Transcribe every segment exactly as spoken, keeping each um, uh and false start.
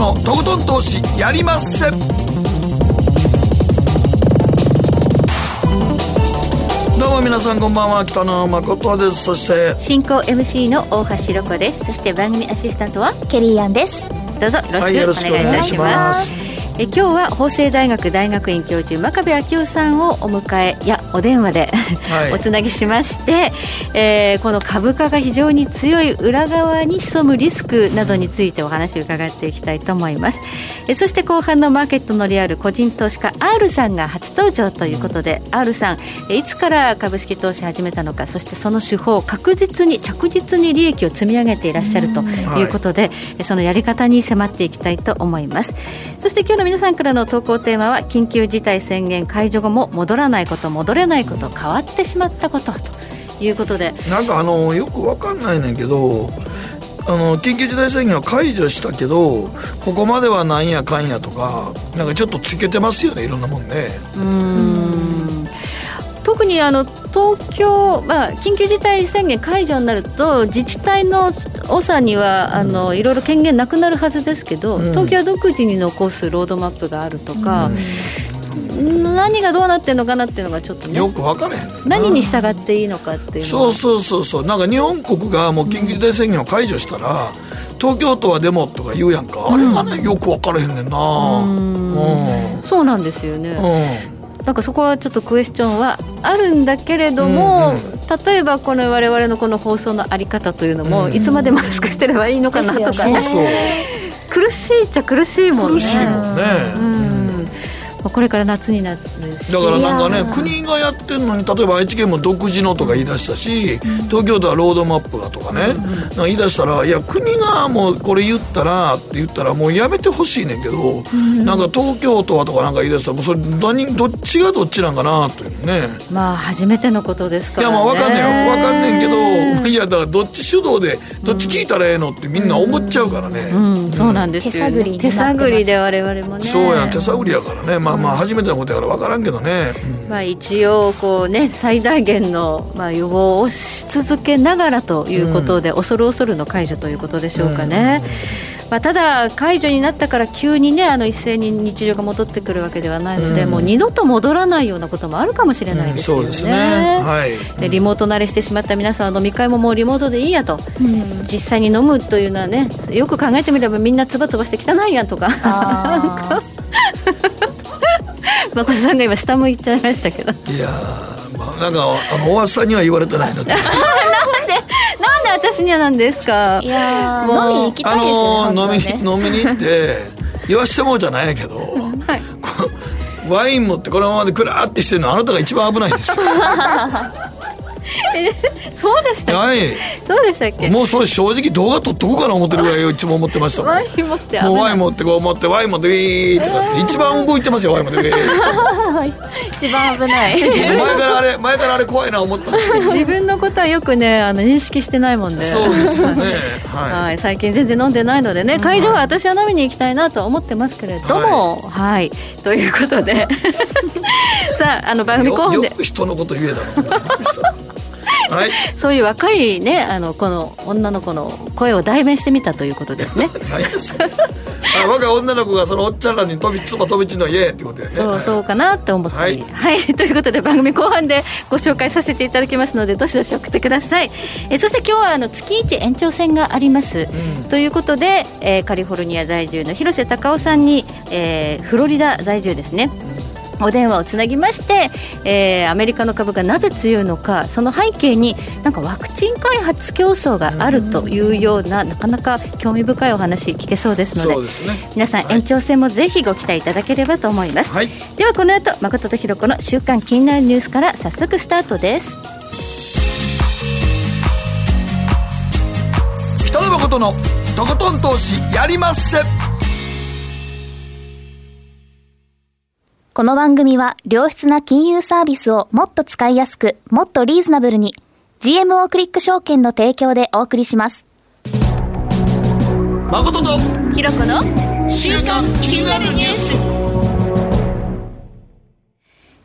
のとことん投資やりまっせ。どうも皆さんこんばんは、北野誠です。そして進行 エムシー の大橋ロコです。そして番組アシスタントはケリーアンです。 どうぞよろしくお願いいたします。え今日は法政大学大学院教授真壁昭夫さんをお迎えやお電話で、はい、おつなぎしまして、えー、この株価が非常に強い裏側に潜むリスクなどについてお話を伺っていきたいと思います。えそして後半のマーケットのリアル個人投資家 R さんが初登場ということで、 R さんえいつから株式投資始めたのか、そしてその手法を確実に着実に利益を積み上げていらっしゃるということで、はい、そのやり方に迫っていきたいと思います。そして今日の皆さんからの投稿テーマは、緊急事態宣言解除後も戻らないこと、戻れないこと、変わってしまったことということで、 なんかあのよく分かんないねんけど、あの緊急事態宣言は解除したけどここまではなんやかんやとか、なんかちょっとつけてますよね、いろんなもんね。 うーん、特にあの東京、まあ、緊急事態宣言解除になると自治体の長にはあのいろいろ権限なくなるはずですけど、うん、東京独自に残すロードマップがあるとか、うん、何がどうなってるのかなっていうのがちょっとね、 よく分からへんねんな。 何に従っていいのかっていうのそうそうそうそう、なんか日本国がもう緊急事態宣言を解除したら、うん、東京都はデモとか言うやんか、あれがね、うん、よく分からへんねんな。うん、 うん、そうなんですよね。 うん、 なんかそこはちょっとクエスチョンはあるんだけれども、うんうん、例えばこの我々のこの放送のあり方というのも、うん、いつまでマスクしてればいいのかなとかね、そうそう、苦しいっちゃ苦しいもんね。 苦しいもんね、うんうん、これから夏になるし、 だからなんかね、国がやってるのに、例えば愛知県も独自のとか言い出したし、うん、東京都はロードマップがとかね、うん、なんか言い出したら、いや国がもうこれ言ったらって言ったらもうやめてほしいねんけど、うん、なんか東京都はとかなんか言い出したら、もうそれ何どっちがどっちなんかなっていうね。 まあ初めてのことですからね。 いやまあ分かんねんよ、分かんねんけど、いやだからどっち主導でどっち聞いたらええのってみんな思っちゃうからね、 うんうん、そうなんですよね、手探りになってます。手探りで我々もね。 そうやん、手探りやからね。まあまあ初めてのことやから分からんけどね、 うん、まあ、一応こう、ね、最大限のまあ予防をし続けながらということで、うん、恐る恐るの解除ということでしょうかね、うん、まあ、ただ解除になったから急に、ね、あの一斉に日常が戻ってくるわけではないので、うん、もう二度と戻らないようなこともあるかもしれないですよね、うん、そうですね、はい、でリモート慣れしてしまった皆さんは飲み会ももうリモートでいいやと、うん、実際に飲むというのはね、よく考えてみればみんなつば飛ばして汚いやんとかなんか誠さんが今下向いちゃいましたけど、 いや、まあ、なんかあの大橋さんには言われてないのでなんでなんで私にはなんですか。 いやもう飲みに行きたいですね、 あのー、飲み、飲みに行って言わしてもうじゃないけど、はい、ワイン持ってこのままでクラーってしてるのあなたが一番危ないんですよえそうでしたっけ、はい、そうでしたっけ。 もうそれ正直動画撮っとこうかな思ってるぐらいいつも思ってましたもん。 ワイン持って危ない、 もうワイン持ってこう持ってワイン持ってウィーとかって、えー、一番動いてますよワイン持ってウィー一番危ない前からあれ前からあれ怖いな思ってましたけど自分のことはよくねあの認識してないもんで、 そうですよね、はいはい、最近全然飲んでないのでね、会場は私は飲みに行きたいなと思ってますけれども、はい、はい、ということでさあ、あの番組後半で よ, よく人のこと言えたのはい、 そういう若いね、あのこの女の子の声を代弁してみたということですね何ですかあ、若い女の子がそのおっちゃんらに飛びつば飛び散るのイエーってことでね。 そうそうかなって思ったり、はい、はい、ということで番組後半でご紹介させていただきますので、どしどし送ってください。えそして今日はあの月いち延長戦があります、うん、ということで、えー、カリフォルニア在住の広瀬隆夫さんに、えー、フロリダ在住ですね、お電話をつなぎまして、えー、アメリカの株がなぜ強いのか、その背景になんかワクチン開発競争があるというような、なかなか興味深いお話聞けそうですので、そうですね、皆さん、はい、延長戦もぜひご期待いただければと思います、はい、ではこの後誠とひろ子の週刊気になるニュースから早速スタートです。 北野誠のとことん投資やりまっせ。 この番組は良質な金融サービスをもっと使いやすく、もっとリーズナブルに ジーエムオー クリック証券の提供でお送りします。 誠とひろ子の週刊気になるニュース。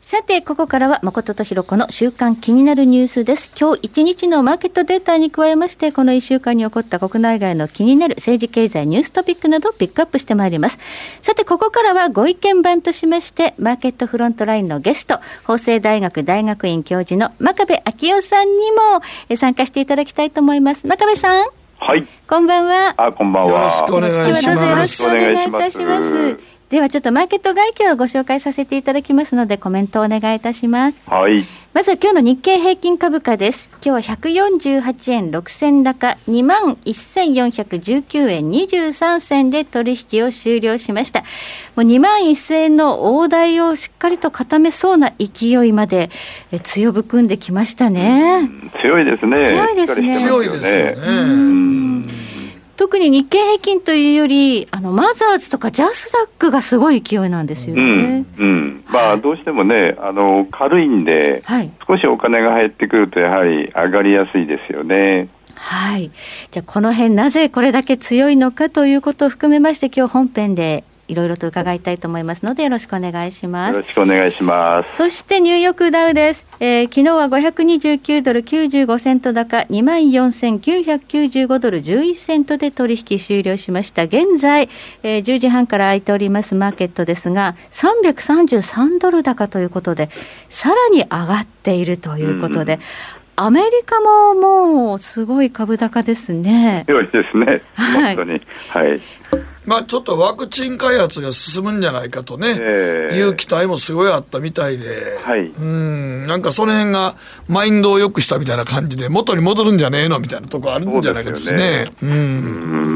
さてここからは誠とひろ子の週刊気になるニュースです。今日一日のマーケットデータに加えまして、このいっしゅうかんに起こった国内外の気になる政治経済ニューストピックなどをピックアップしてまいります。さてここからはご意見番としまして、マーケットフロントラインのゲスト、法政大学大学院教授の真壁昭夫さんにも参加していただきたいと思います。真壁さん、 はい、 こんばんは。 あ、こんばんは。 よろしくお願いします。 今日はどうぞよろしくお願いいたします。ではちょっとマーケット概況をご紹介させていただきますので、コメントをお願いいたします。 はい。 まずは今日の日経平均株価です。今日はひゃくよんじゅうはちえんろくせん高 にまんせんよんひゃくじゅうきゅうえんにじゅうさんせんで取引を終了しました。もうにまんせんえんの大台をしっかりと固めそうな勢いまでえ強含んできましたね。 強いですね。 強いですね。 強いですよね。 うん特に日経平均というよりあのマザーズとかジャスダックがすごい勢いなんですよね。 うんうん、まあどうしてもね、あの軽いんで、はい、少しお金が入ってくるとやはり上がりやすいですよね。 はい。じゃあこの辺なぜこれだけ強いのかということを含めまして、今日本編でいろいろと伺いたいと思いますのでよろしくお願いします。 よろしくお願いします。 そしてニューヨークダウです、えー、昨日はごひゃくにじゅうきゅうドルきゅうじゅうごセント高 にまんよんせんきゅうひゃくきゅうじゅうごドルじゅういっセントで取引終了しました。現在、えー、じゅうじはんから開いておりますマーケットですがさんびゃくさんじゅうさんドル高ということでさらに上がっているということで、うん、アメリカももうすごい株高ですね。 強いですね、はい、本当に、はい。 まあ、ちょっとワクチン開発が進むんじゃないかとね、えー、いう期待もすごいあったみたいで、はい、うんなんかその辺がマインドを良くしたみたいな感じで元に戻るんじゃねえのみたいなところあるんじゃないかですね。 うん、うん、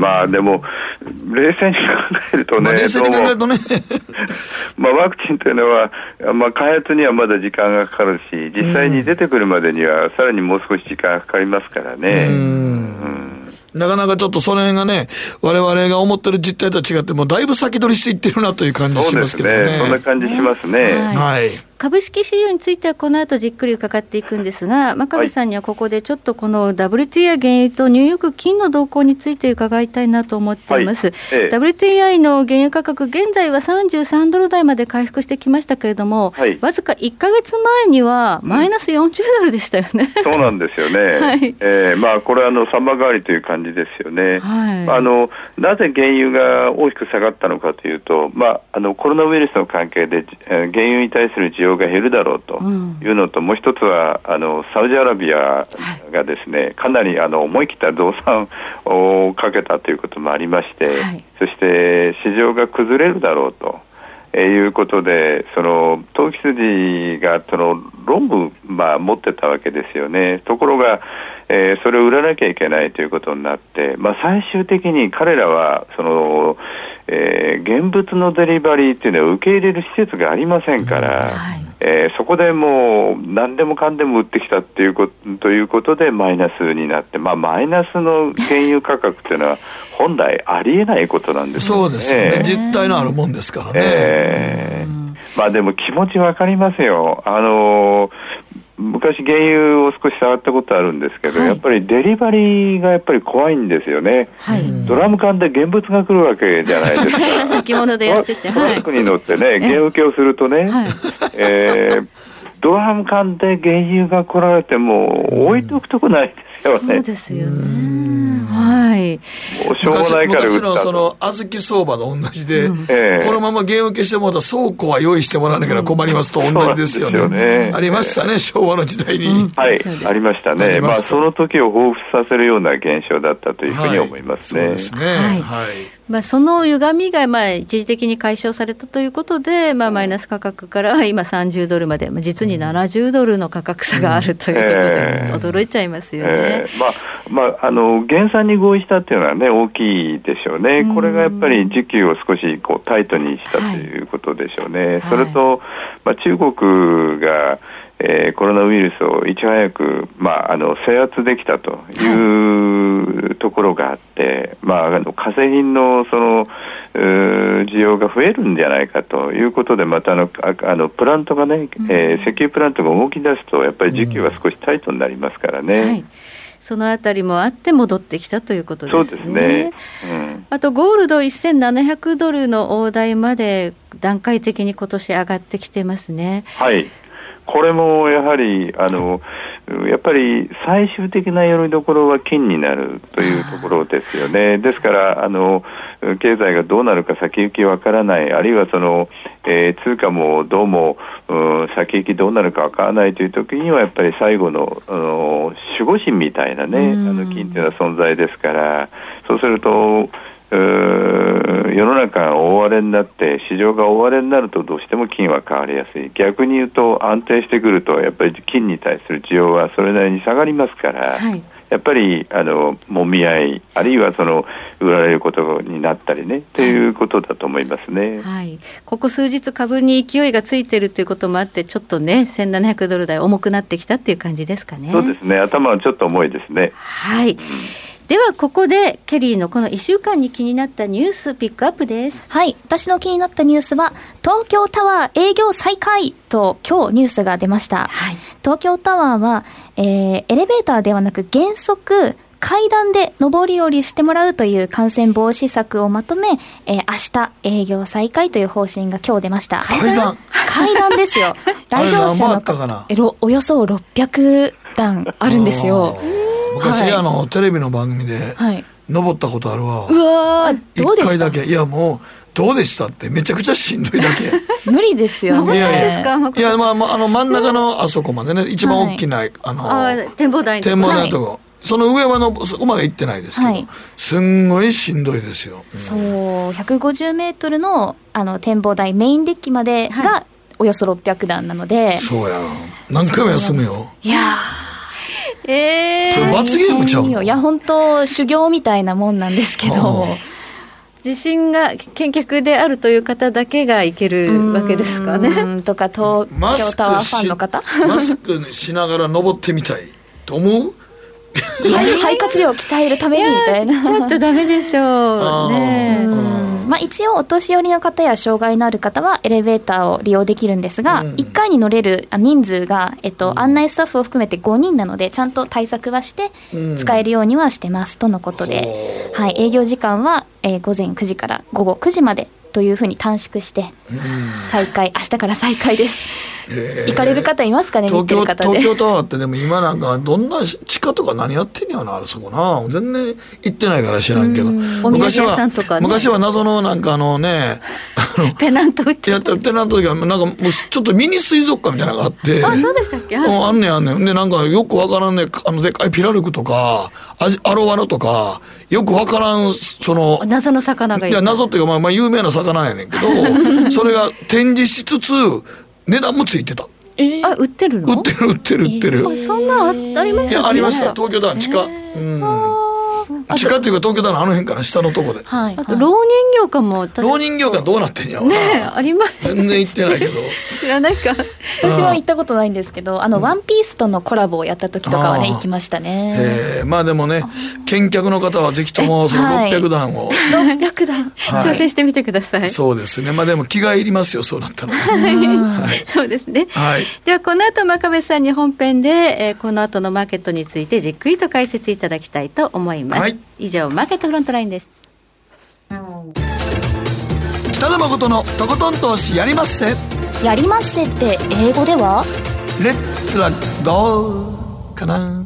まあでも冷静に考えるとね、まあ、 冷静に考えるとねまあワクチンというのは、まあ、開発にはまだ時間がかかるし実際に出てくるまでにはさらにもう少し時間がかかりますからね。うん、うんなかなかちょっとその辺がね我々が思ってる実態とは違ってもうだいぶ先取りしていってるなという感じしますけどね。 そうですね、そんな感じしますね、 はいはい、株式市場についてはこの後じっくり伺っていくんですが、真壁さんにはここでちょっとこの ダブリューティーアイ 原油とニューヨーク金の動向について伺いたいなと思っています、はいええ、ダブリューティーアイ の原油価格現在はさんじゅうさんドル台まで回復してきましたけれども、はい、わずかいっかげつまえにはマイナスよんじゅうドルでしたよね、 うん、そうなんですよね、はいえーまあ、これはあの様変わりという感じですよね、はい、あのなぜ原油が大きく下がったのかというと、まあ、あのコロナウイルスの関係で原油に対する需要が減るだろうというのと、うん、もう一つはあのサウジアラビアがですね、はい、かなりあの思い切った増産をかけたということもありまして、はい、そして市場が崩れるだろうとえー、いうことでその投機筋がそのロング、まあ、持ってたわけですよね。ところが、えー、それを売らなきゃいけないということになって、まあ、最終的に彼らはその、えー、現物のデリバリーというのは受け入れる施設がありませんから、はいえー、そこでもう何でもかんでも売ってきたっていうことということでマイナスになって、まあ、マイナスの原油価格というのは本来ありえないことなんですよね。 そうですよね、実態のあるもんですからね、 えー、まあでも気持ちわかりますよ。あのー昔原油を少し触ったことあるんですけど、はい、やっぱりデリバリーがやっぱり怖いんですよね、はい、ドラム缶で現物が来るわけじゃないですか先物でやっててトラックに乗ってね原受けをするとね、はいえー、ドラム缶で原油が来られても置いておくとこないですよね。 そうですよね。はい。 もうしょうがないから売った昔のその小豆相場と同じで、うん、このまま原受けしてもらった倉庫は用意してもらわなきゃ困りますと同じですよね。うん、よねありましたね、昭和の時代に、うん、 はいありましたね。まあその時を彷彿させるような現象だったというふうに思いますね。 はい、そうですね。はい。はいまあ、その歪みがまあ一時的に解消されたということで、まあ、マイナス価格から今さんじゅうドルまで、実にななじゅうドルの価格差があるということで驚いちゃいますよね。えーまあまあ、あの減産に合意したっていうのは、ね、大きいでしょうね。これがやっぱり需給を少しこうタイトにしたということでしょうね。はい、それと、まあ、中国がえー、コロナウイルスをいち早く、まあ、あの制圧できたというところがあって、まあ、あの化成品のその需要が増えるんじゃないかということで、またあのああのプラントがね、えー、石油プラントが動き出すとやっぱり需給は少しタイトになりますからね。うんはいそのあたりもあって戻ってきたということですね。 そうですね、うん、 あとゴールドせんななひゃくドルの大台まで段階的に今年上がってきてますね。 はい、これもやはりあのやっぱり最終的なよりどころは金になるというところですよね。ですからあの経済がどうなるか先行きわからない、あるいはその、えー、通貨もどうもう先行きどうなるかわからないという時にはやっぱり最後の、あの守護神みたいなね、あの金というのは存在ですから、そうすると世の中が大荒れになって市場が大荒れになるとどうしても金は変わりやすい。逆に言うと安定してくるとやっぱり金に対する需要はそれなりに下がりますから、はい、やっぱりあの揉み合い、あるいはその売られることになったりねということだと思いますね。 はい、ここ数日株に勢いがついてるということもあってちょっとねせんななひゃくドル台重くなってきたっていう感じですかね。 そうですね、頭はちょっと重いですね。 はい、うん、ではここでケリーのこのいっしゅうかんに気になったニュースピックアップです。 はい、私の気になったニュースは東京タワー営業再開と今日ニュースが出ました。はい、東京タワーは、えー、エレベーターではなく原則階段で上り下りしてもらうという感染防止策をまとめ、えー、明日営業再開という方針が今日出ました。 階段階段ですよ。来場者のえおよそろっぴゃくだんあるんですよ。 昔、はい、あのテレビの番組で、はい、登ったことあるわ。うわどうでした？いっかいだけ。いやもうどうでしたってめちゃくちゃしんどいだけ無理ですよね。 いやいやいや、まあ、まあ、あの真ん中のあそこまでね、一番大きな、はい、あのあ展望台のとこ展望台のとこ、はい、その上はのそこまで行ってないですけど、はい、すんごいしんどいですよ、うん、 そうひゃくごじゅうメートル の, あの展望台メインデッキまでが、はい、およそろっぴゃくだんなので、 そうや何回も休むよ。 いやえー、 それ罰ゲームちゃうの？ いや本当修行みたいなもんなんですけど、 自信が健脚であるという方だけがいけるわけですかね。 うんとか東京タワーファンの方マスクしながら登ってみたいと思う？ 肺活量を鍛えるためにみたいな。 ちょっとダメでしょうね。 まあ、一応お年寄りの方や障害のある方はエレベーターを利用できるんですが、うん、いっかいに乗れる人数が、えっと、案内スタッフを含めてごにんなのでちゃんと対策はして使えるようにはしてますとのことで、うん、はい、営業時間は、えー、午前くじから午後くじまでというふうに短縮して再開、明日から再開です。えー、行かれる方いますかね？ 東京、 見てる方で。 東京タワーってでも今なんかどんな地下とか何やってんやなあれそこな全然行ってないから知らんけど、昔は、ね、昔は謎のなんかあのねあのペナント売ってやったペナントがなんかもうちょっとミニ水族館みたいなのがあってあそうでしたっけ？ ああんねんあんねんでなんかよくわからんねあのでかいピラルクとかアロワロとかよくわからんその謎の魚がいる。 いや謎っていうかまあまあ有名な魚やねんけどそれが展示しつつ値段もついてた。 えー、あ売ってるの？ 売ってる売ってる売ってる、えー、そんな あ, ありました？ いやありました。東京タワー地下、えー、うん、地下っていうか東京タワーのあの辺から下のとこで、 はい、あとろう人形館もろう人形館どうなってんやろねえありました。 全然行ってないけど知らないか。 私は行ったことないんですけど、あのワンピースとのコラボをやった時とかはね行きましたね。 えー、まあでもね見客の方はぜひともそのろっぴゃくだんを、 はい、ろっぴゃくだん、 はい、挑戦してみてください。 そうですね。まあでも気がいりますよそうなったら、 はい、そうですね、はい、ではこの後真壁さんに本編で、えー、この後のマーケットについてじっくりと解説いただきたいと思います、はい、以上マーケットフロントラインです。 北野誠のとことん投資やりまっせ。 やりまっせって英語ではレッツラゴーかな。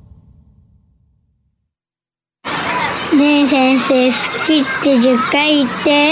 ねえ先生好きってじゅっかい言って。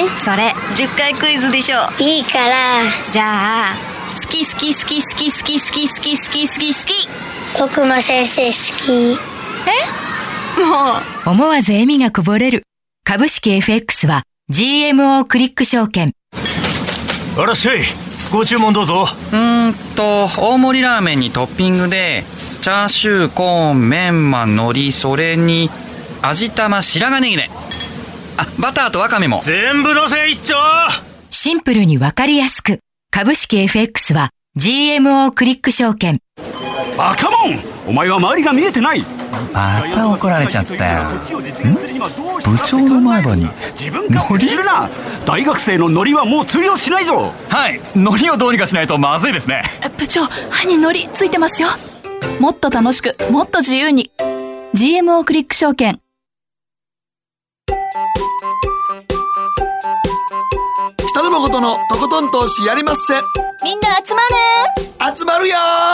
それじゅっかいクイズでしょ。 いいからじゃあ好き好き好き好き好き好き好き好き好き好き。 僕も先生好き。 えもう思わず笑みがこぼれる。株式 エフエックス は ジーエムオー クリック証券。 あらっしゃいご注文どうぞ。 うーんと大盛りラーメンにトッピングでチャーシューコーンメンマ海苔それに味玉白髪ネギね。あバターとワカメも全部のせ一丁。 シンプルにわかりやすく株式 エフエックス は ジーエムオー クリック証券。 バカモンお前は周りが見えてない。 また怒られちゃったよ。ん部長の前歯にノリするな。大学生のノリはもう通用しないぞ。 はいノリをどうにかしないとまずいですね。 部長歯にノリついてますよ。もっと楽しくもっと自由に ジーエムオー クリック証券。 北野野誠のとことん投資やりまっせ。 みんな集まる集まるよ。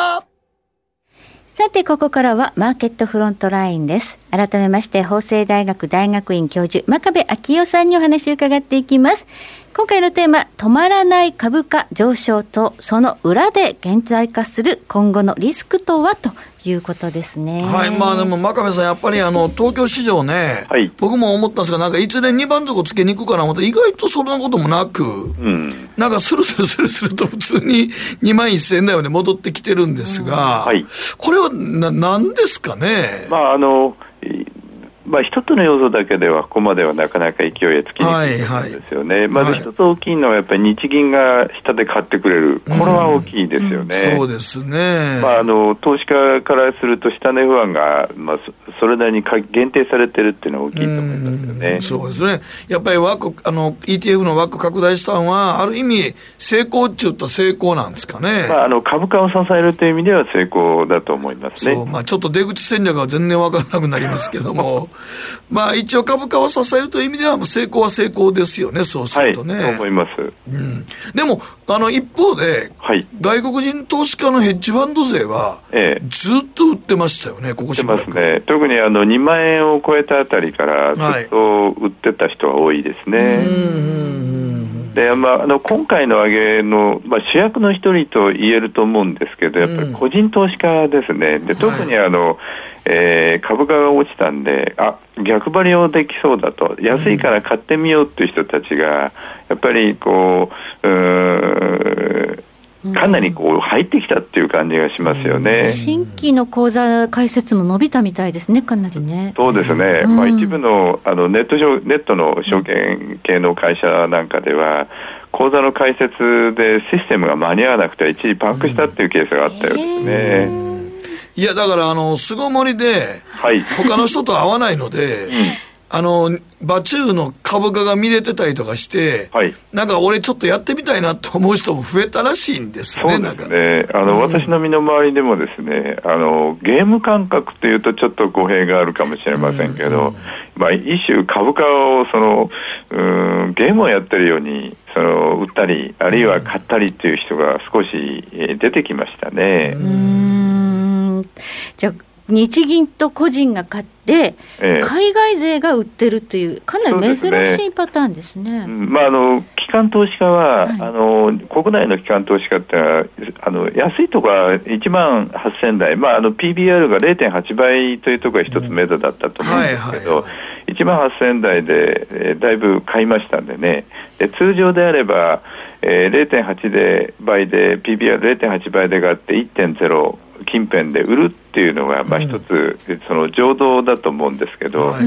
さてここからはマーケットフロントラインです。改めまして法政大学大学院教授真壁昭夫さんにお話を伺っていきます。今回のテーマ、止まらない株価上昇とその裏で顕在化する今後のリスクとはということですね。 はい、まあでも真壁さんやっぱりあの東京市場ね、はい、僕も思ったんですが、なんかいつでにばん底つけに行くかな思ったら意外とそんなこともなく、うん、なんかスルスルスルスルと普通ににまんせん台まで戻ってきてるんですが、うんはい、これはな何ですかね。 まああのまあ、一つの要素だけではここまではなかなか勢いがつきにくいんですよね、はいはい、まず一つ大きいのはやっぱり日銀が下で買ってくれる、これは大きいですよね、 うんうん、そうですね、 まあ、あの投資家からすると下値不安が、まあ、それなりに限定されてるっていうのは大きいと思いますよね、 うん、そうですね。やっぱり枠あの イーティーエフ の枠拡大したのはある意味成功って言ったら成功なんですかね、 まあ、あの株価を支えるという意味では成功だと思いますね。 そう、まあ、ちょっと出口戦略は全然分からなくなりますけどもまあ一応株価を支えるという意味では成功は成功ですよね、そうするとね。 はい、そう思います、 うん、でもあの一方で、はい、外国人投資家のヘッジファンド勢は、ええ、ずっと売ってましたよね、ここしばらく。売ってますね。 特にあのにまんえんを超えたあたりからずっと売ってた人は多いですね、はい、うんで、まあ、あの今回の上げの、まあ、主役の一人と言えると思うんですけど、やっぱり個人投資家ですね。で特にあの、はいえー、株価が落ちたんで、あ、逆張りをできそうだと、安いから買ってみようっていう人たちがやっぱりこう、うーん、かなりこう入ってきたっていう感じがしますよね。 新規の口座開設も伸びたみたいですね、かなりね。 そうですね、うん、まあ、一部の、あのネット上、ネットの証券系の会社なんかでは口座の開設でシステムが間に合わなくて一時パンクしたっていうケースがあったようですね、うん。 いやだからあの巣ごもりで他の人と会わないので、うん、あの場中の株価が見れてたりとかして、はい、なんか俺ちょっとやってみたいなと思う人も増えたらしいんですね。 そうですね、あの、うん、私の身の回りでもですね、あのゲーム感覚というとちょっと語弊があるかもしれませんけど、うんまあ、一種株価をそのうーんゲームをやってるようにその売ったりあるいは買ったりっていう人が少し出てきましたね。 うーん、じゃあ日銀と個人が買って、ええ、海外勢が売ってるというかなり珍しいパターンですね。 そうですね、まあ、あの機関投資家は、はい、あの国内の機関投資家ってのはあの安いところはいちまんはっせん台、まあ、あの ピービーアール が れいてんはち 倍というところが一つ目処だったと思うんですけど、うんはいはいはい、いちまんはっせん台で、えー、だいぶ買いましたんでね。で通常であれば、えー、れいてんはち で倍で ピービーアールれいてんはち 倍で買って いってんゼロ 近辺で売るっていうのがまあ一つ、うん、その常道だと思うんですけど、はい、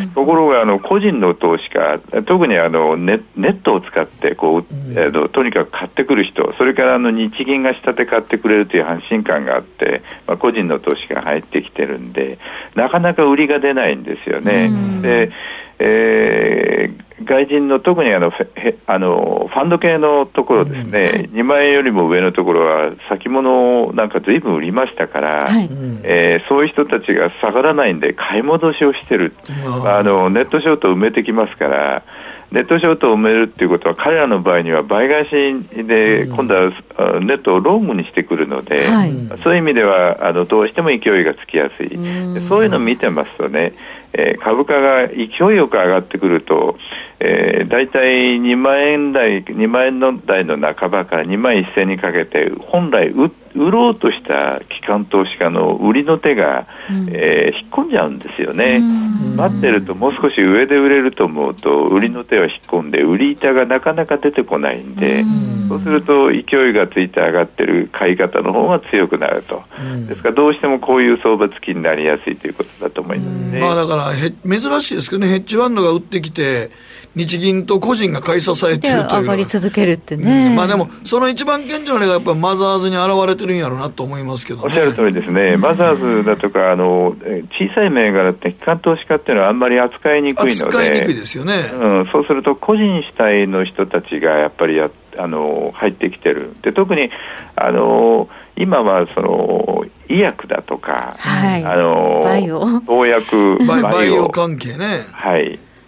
ところがあの個人の投資家特にあの ネ, ネットを使ってこう、うん、あのとにかく買ってくる人、それからあの日銀が下で買ってくれるという安心感があって、まあ、個人の投資家が入ってきてるんでなかなか売りが出ないんですよね、うん、でえー、外人の特にあのフェ、あのファンド系のところですね、うんはい、にまんえんよりも上のところは先物なんか随分売りましたから、はいえー、そういう人たちが下がらないんで買い戻しをしてる、あのネットショートを埋めてきますから、ネットショートを埋めるということは彼らの場合には倍返しで今度はネットをロングにしてくるので、はい、そういう意味ではあのどうしても勢いがつきやすい。そういうのを見てますとね、えー、株価が勢いよく上がってくると、えー、だいたいにまんえん台にまんえんの台の半ばからにまんせんにかけて本来売売ろうとした機関投資家の売りの手が、うんえー、引っ込んじゃうんですよね。待ってるともう少し上で売れると思うと売りの手は引っ込んで売り板がなかなか出てこないんで、うんそうすると勢いがついて上がってる買い方の方が強くなると、うん、ですからどうしてもこういう相場付きになりやすいということだと思いますね。 まあ、だから珍しいですけどね、ヘッジファンドが売ってきて日銀と個人が買い支えているというのは上がり続けるってね、 うんまあ、でもその一番顕著な例がやっぱりマザーズに現れてるんやろうなと思いますけどね。 おっしゃる通りですね、うん、マザーズだとかあの小さい銘柄って機関投資家っていうのはあんまり扱いにくいので扱いにくいですよね、 うん、そうすると個人主体の人たちがやっぱりやあの入ってきてる。で特にあの今はその医薬だとか、はい、あのバイオ投薬バイオ関係ね、 はい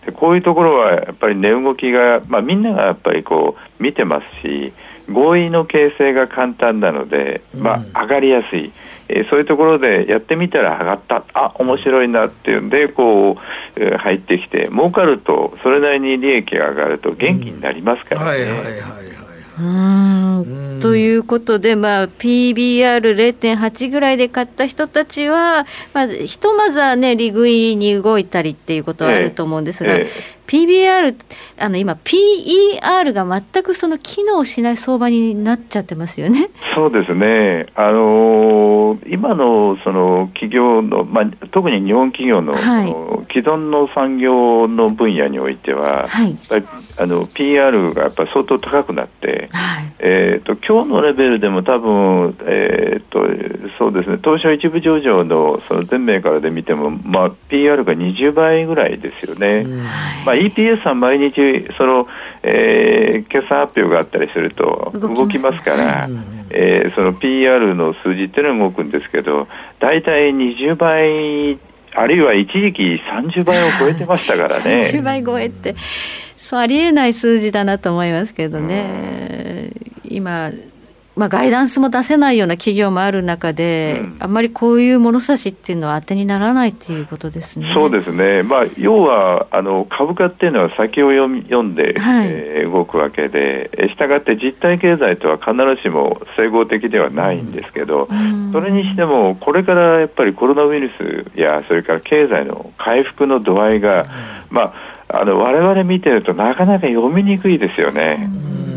でこういうところはやっぱり値動きが、まあ、みんながやっぱりこう見てますし、合意の形成が簡単なので、まあ、上がりやすい、えー、そういうところでやってみたら上がった、あ、面白いなっていうんでこう、えー、入ってきて儲かるとそれなりに利益が上がると元気になりますからね、うん、はいはいはいはい、 うーんということで、まあ、ピービーアールゼロてんはち ぐらいで買った人たちは、まあ、ひとまずはね利食いに動いたりっていうことはあると思うんですが、ええええ、ピービーアール あの今 ピーイーアール が全くその機能しない相場になっちゃってますよね。 そうですね、あのー、今のその企業の、まあ、特に日本企業の、はい、既存の産業の分野においては、はい、やっぱりあの ピーアール がやっぱり相当高くなって、はい、えー、と今日のレベルでも多分、えー、とそうですね、東証一部上場 の, その全銘柄で見ても、まあ、ピーアール がにじゅうばいぐらいですよね、うん、まあ、イーピーエス は毎日その、えー、決算発表があったりすると動きますから、えー、その ピーアール の数字っていうのは動くんですけど、だいたいにじゅうばいあるいは一時期さんじゅうばいを超えてましたからね。 さんじゅうばい超えってそうありえない数字だなと思いますけどね、今、まあ、ガイダンスも出せないような企業もある中で、うん、あんまりこういう物差しっていうのは当てにならないっていうことですね。 そうですね、まあ、要はあの株価っていうのは先を読み読んで、はい、えー、動くわけで、したがって実体経済とは必ずしも整合的ではないんですけど、うん、それにしてもこれからやっぱりコロナウイルスやそれから経済の回復の度合いが、うん、まあ、あの我々見てるとなかなか読みにくいですよね、うん、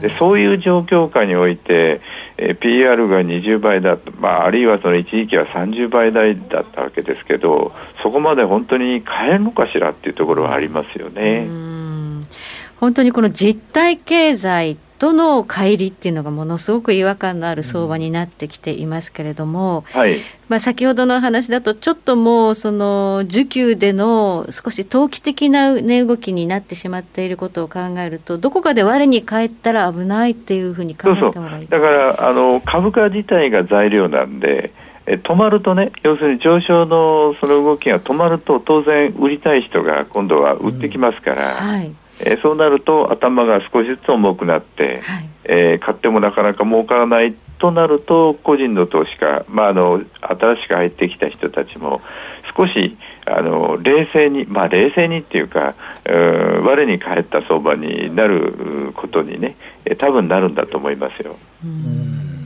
でそういう状況下において、えー、ピーアール がにじゅうばいだ、まあ、あるいはその一時期はさんじゅうばい台だったわけですけど、そこまで本当に買えるのかしらっていうところはありますよね。 うん、本当にこの実体経済との乖離っていうのがものすごく違和感のある相場になってきていますけれども、はい、まあ、先ほどの話だとちょっともうその需給での少し投機的な値動きになってしまっていることを考えると、どこかで我に返ったら危ないっていうふうに考えた方がいい。 そうそう、だからあの株価自体が材料なんで、え止まるとね、要するに上昇のその動きが止まると当然売りたい人が今度は売ってきますから、うん、はい、えー、そうなると頭が少しずつ重くなって、はい、えー、買ってもなかなか儲からないとなると、個人の投資家、まあ、あの新しく入ってきた人たちも少しあの冷静に、まあ、冷静にっていうか、うー我に返った相場になることにね、えー、多分なるんだと思いますよ。 うん、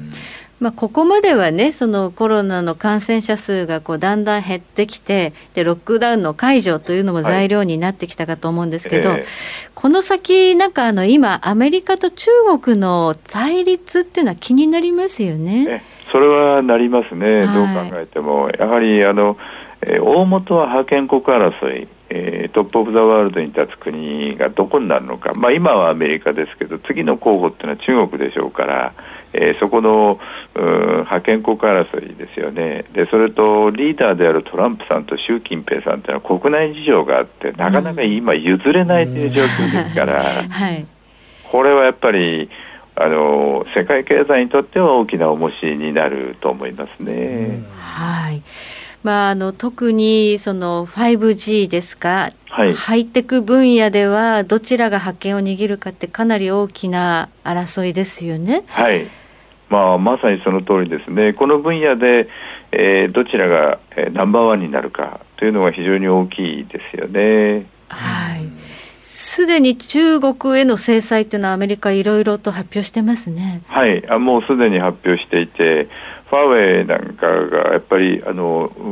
まあ、ここまではね、そのコロナの感染者数がこうだんだん減ってきて、でロックダウンの解除というのも材料になってきたかと思うんですけど、はい、えー、この先なんかあの今アメリカと中国の対立っていうのは気になりますよね。 えそれはなりますね、はい、どう考えてもやはりあの、えー、大元は覇権国争い、えー、トップオブザワールドに立つ国がどこになるのか、まあ、今はアメリカですけど次の候補っていうのは中国でしょうから、えー、そこの覇権国争いですよね。でそれとリーダーであるトランプさんと習近平さんというのは国内事情があってなかなか今譲れないという状況ですから、うんはい、これはやっぱりあの世界経済にとっては大きな重しになると思いますね、うん、 はい、まあ、あの特にその ファイブジー ですか、はい、ハイテク分野ではどちらが覇権を握るかってかなり大きな争いですよね。 はい、まあ、まさにその通りですね。この分野で、えー、どちらが、えー、ナンバーワンになるかというのが非常に大きいですよね。 はい、すでに中国への制裁というのはアメリカいろいろと発表してますね。 はい、あもうすでに発表していて、ファーウェイなんかがやっぱりあの、うん、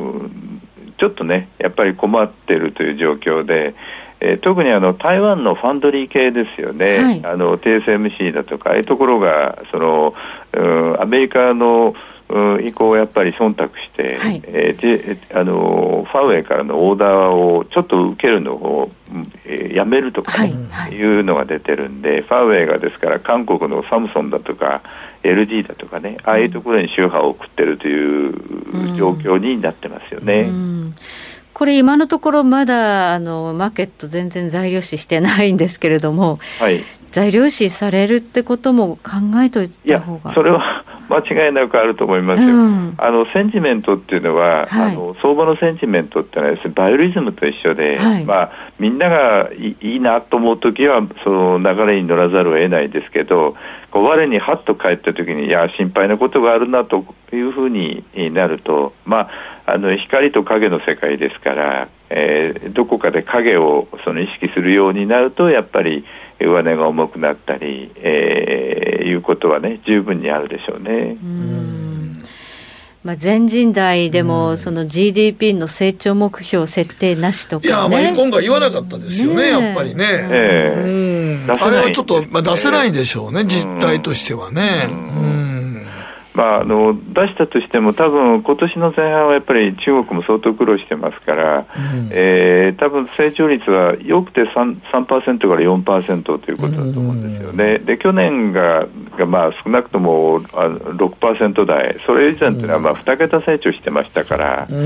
ちょっとねやっぱり困っているという状況で、えー、特にあの台湾のファンドリー系ですよね、はい、あの ティーエスエムシー だとかああいうところがその、うん、アメリカの意向をやっぱり忖度して、はい、えー、あのファーウェイからのオーダーをちょっと受けるのを、えー、やめるとか、ね、はいはい、いうのが出てるんで、ファーウェイがですから韓国のサムソンだとか エルジー だとかね、ああいうところに周波を送ってるという状況になってますよね。うんうん、 これ今のところまだあのマーケット全然材料視してないんですけれども、はい、材料視されるってことも考えといた方が。 いやそれは間違いなくあると思いますよ、うん、あのセンチメントっていうのは、はい、あの相場のセンチメントっていうのはですね、バイオリズムと一緒で、はい、まあ、みんながい い, いいなと思うときはその流れに乗らざるを得ないですけど、こう我にハッと帰ったときに、いや心配なことがあるなというふうになると、まあ、あの光と影の世界ですから、えー、どこかで影をその意識するようになると、やっぱり上値が重くなったり、えー、いうことはね、十分にあるでしょうね。 うん、まあ、全人代でもその ジーディーピー の成長目標設定なしとか、ね、いや、 まあ、今回言わなかったですよね、ね、やっぱりね、えー、うん、あれはちょっと、まあ、出せないでしょうね、実態としてはね。うん、うん、 まあ、あの出したとしても多分今年の前半はやっぱり中国も相当苦労してますから、うん、えー、多分成長率はよくて 3%, 3%から よんパーセント ということだと思うんですよね、うん、で去年が、がまあ少なくともろくパーセント台、それ以前というのはまあに桁成長してましたから、うん、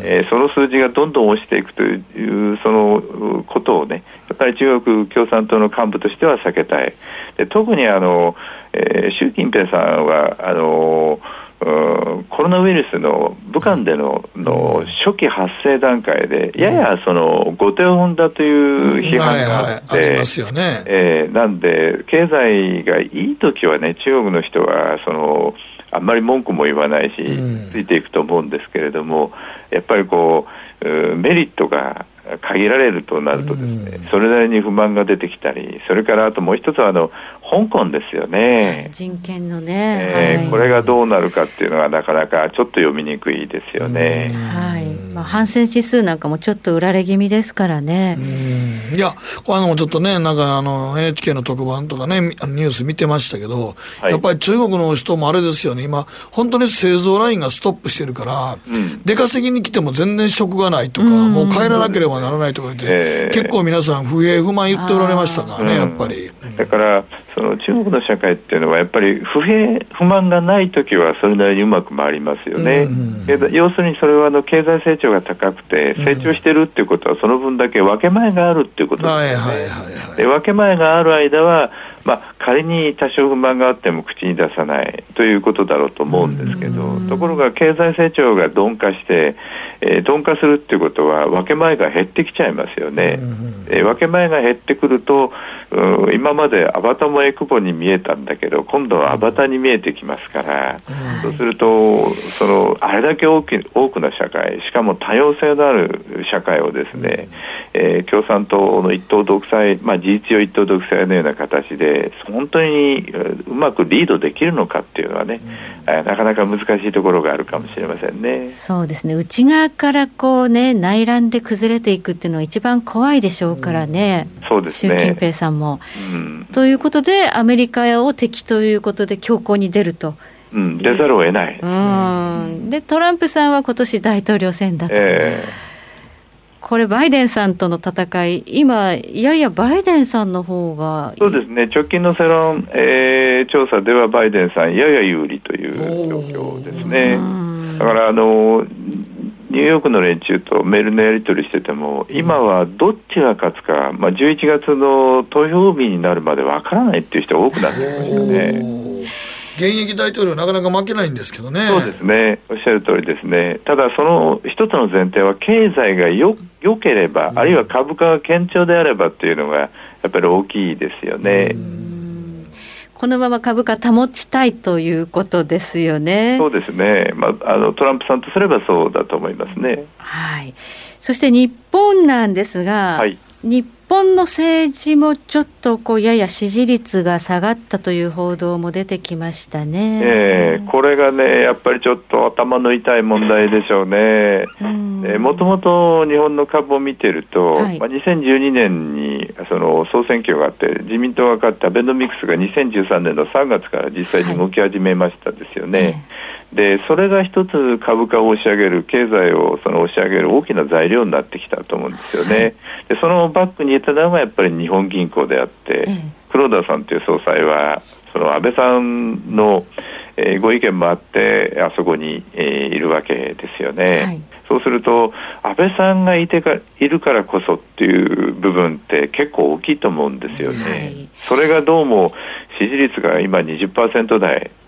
えー、その数字がどんどん落ちていくというそのことをね、やっぱり中国共産党の幹部としては避けたい。で特にあの、えー、習近平さんはあのコロナウイルスの武漢で の, の初期発生段階でややその後手を踏んだという批判があって、 うん、はいはい、ありますよね、 えー、なんで経済がいい時はね、中国の人はそのあんまり文句も言わないし、うん、ついていくと思うんですけれども、やっぱりこうメリットが限られるとなるとですね、うん、それなりに不満が出てきたり、それからあともう一つはあの香港ですよね、 人権のね、 えーはい、これがどうなるかっていうのはなかなかちょっと読みにくいですよね、 はい、まあ、反戦指数なんかもちょっと売られ気味ですからね。 うん、いや、これあのちょっとね、なんかあの エヌエイチケー の特番とかね、ニュース見てましたけど、はい、やっぱり中国の人もあれですよね、今本当に製造ラインがストップしてるから、うん、出稼ぎに来ても全然職がないとか、うん、もう帰らなければならないとか言って、えー、結構皆さん不平不満言っておられましたからね、やっぱり、 うん、だからその中国の社会っていうのはやっぱり不平不満がないときはそれなりにうまく回りますよね、うん、要するにそれはあの経済成長が高くて成長してるっていうことはその分だけ分け前があるっていうことですね、はいはいはいはい、で分け前がある間は、まあ、仮に多少不満があっても口に出さないということだろうと思うんですけど、ところが経済成長が鈍化して、えー、鈍化するっていうことは分け前が減ってきちゃいますよね、えー、分け前が減ってくると今までアバタもエクボに見えたんだけど今度はアバタに見えてきますから、うん、そうするとそのあれだけ大き多くの社会、しかも多様性のある社会をですね、うん、えー、共産党の一党独裁、まあ、事実上一党独裁のような形で本当にうまくリードできるのかっていうのはね、うん、なかなか難しいところがあるかもしれませんね。 そうですね、内側からこうね、内乱で崩れていくっていうのは一番怖いでしょうからね、 うん、そうですね、 習近平さんも、 うん、 ということでアメリカを敵ということで強硬に出ると、 うん、出ざるを得ない、 うん、でトランプさんは今年大統領選だと、えー、これバイデンさんとの戦い、今ややバイデンさんの方が、 そうですね、直近の世論、えー、調査ではバイデンさんやや有利という状況ですね。だからあのニューヨークの連中とメールのやり取りしてても今はどっちが勝つか、まあ、じゅういちがつの投票日になるまでわからないっていう人が多くなってますよね。 現役大統領なかなか負けないんですけどね。 そうですね、おっしゃる通りですね。ただその一つの前提は経済がよ良ければ、あるいは株価が堅調であればっていうのがやっぱり大きいですよね。 このまま株価保ちたいということですよね。 そうですね、まあ、あのトランプさんとすればそうだと思いますね。 はい、そして日本なんですが、はい、日本の政治もちょっとこうやや支持率が下がったという報道も出てきましたね。 えー、これがねやっぱりちょっと頭の痛い問題でしょうね。もともと日本の株を見てると、はい、まあ、にせんじゅうにねんにその総選挙があって自民党が勝ってアベノミクスがにせんじゅうさんねんのさんがつから実際に動き始めましたですよね、はい、でそれが一つ株価を押し上げる、経済をその押し上げる大きな材料になってきたと思うんですよね、はい、でそのバックにいたのがやっぱり日本銀行であって、うん、黒田さんという総裁はその安倍さんの、えー、ご意見もあってあそこに、えー、いるわけですよね、はい、そうすると安倍さんがいてかいるからこそっていう部分って結構大きいと思うんですよね、はい、それがどうも支持率が今 にじゅっパーセント 台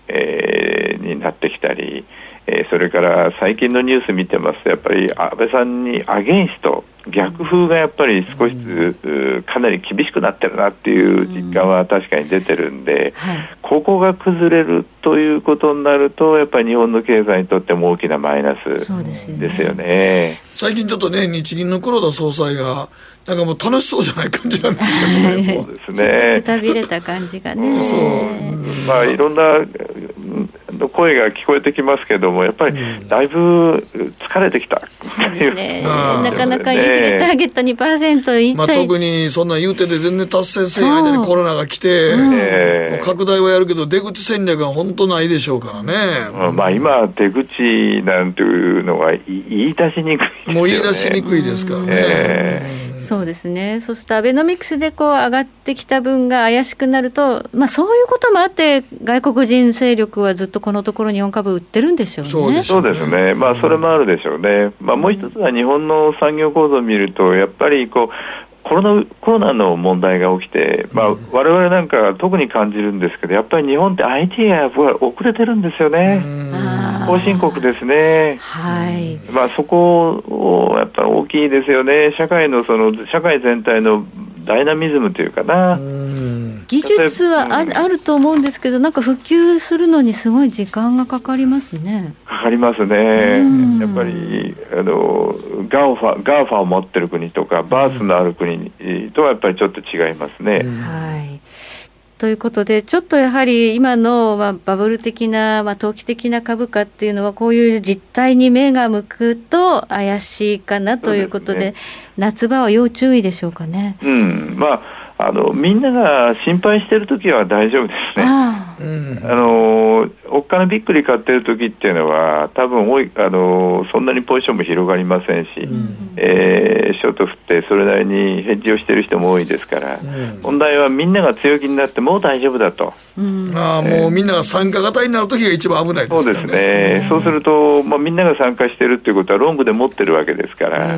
えー、になってきたり、えー、それから最近のニュース見てますとやっぱり安倍さんにアゲインスト逆風がやっぱり少しずつかなり厳しくなってるなっていう実感は確かに出てるんで、はい、ここが崩れるということになるとやっぱり日本の経済にとっても大きなマイナスですよね。そうですよね。 最近ちょっとね日銀の黒田総裁がなんかもう楽しそうじゃない感じなんですけどね、はい、 そうですね、ちょっとくたびれた感じがねそう、 まあいろんな声が聞こえてきますけどもやっぱりだいぶ疲れてきた、うん、 そうですねなかなかインフレターゲット にパーセント 一体、 まあ、特にそんな言うてて全然達成せん間にコロナが来て、うん、もう拡大はやるけど出口戦略が本当ないでしょうからね、 うん、まあ今出口なんていうのは言い出しにくいですよね。 もう言い出しにくいですからね、 えー、そうですね。そうするとアベノミクスでこう上がってきた分が怪しくなると、まあ、そういうこともあって外国人勢力はずっとこのところ日本株売ってるんでしょうね。 そうですね、そうですね、まあ、それもあるでしょうね、まあ、もう一つは日本の産業構造を見るとやっぱりこうコロナ、コロナの問題が起きて、まあ、我々なんか特に感じるんですけどやっぱり日本って アイティー がやっぱり遅れてるんですよね。後進国ですね、はいまあ、そこをやっぱり大きいですよね。社会のその社会全体のダイナミズムというかな、 技術は あ,、うん、あると思うんですけどなんか普及するのにすごい時間がかかりますね。 かかりますね。やっぱりあのガーファ、ガーファを持ってる国とかバースのある国とはやっぱりちょっと違いますね。 はいということでちょっとやはり今の、まあ、バブル的な、まあ、投機的な株価っていうのはこういう実態に目が向くと怪しいかなということ で, で、ね、夏場は要注意でしょうかね。 うんまああのみんなが心配しているときは大丈夫ですね。あ、うん、あのおっかなびっくり買っているときっていうのは多分多いあのそんなにポジションも広がりませんし、うんえー、ショート振ってそれなりにヘッジをしている人も多いですから、うん、問題はみんなが強気になってもう大丈夫だと、 うん、あもうみんなが参加型になるときが一番危ないですからね。 そうですね。そうすると、まあ、みんなが参加しているということはロングで持ってるわけですから、うん、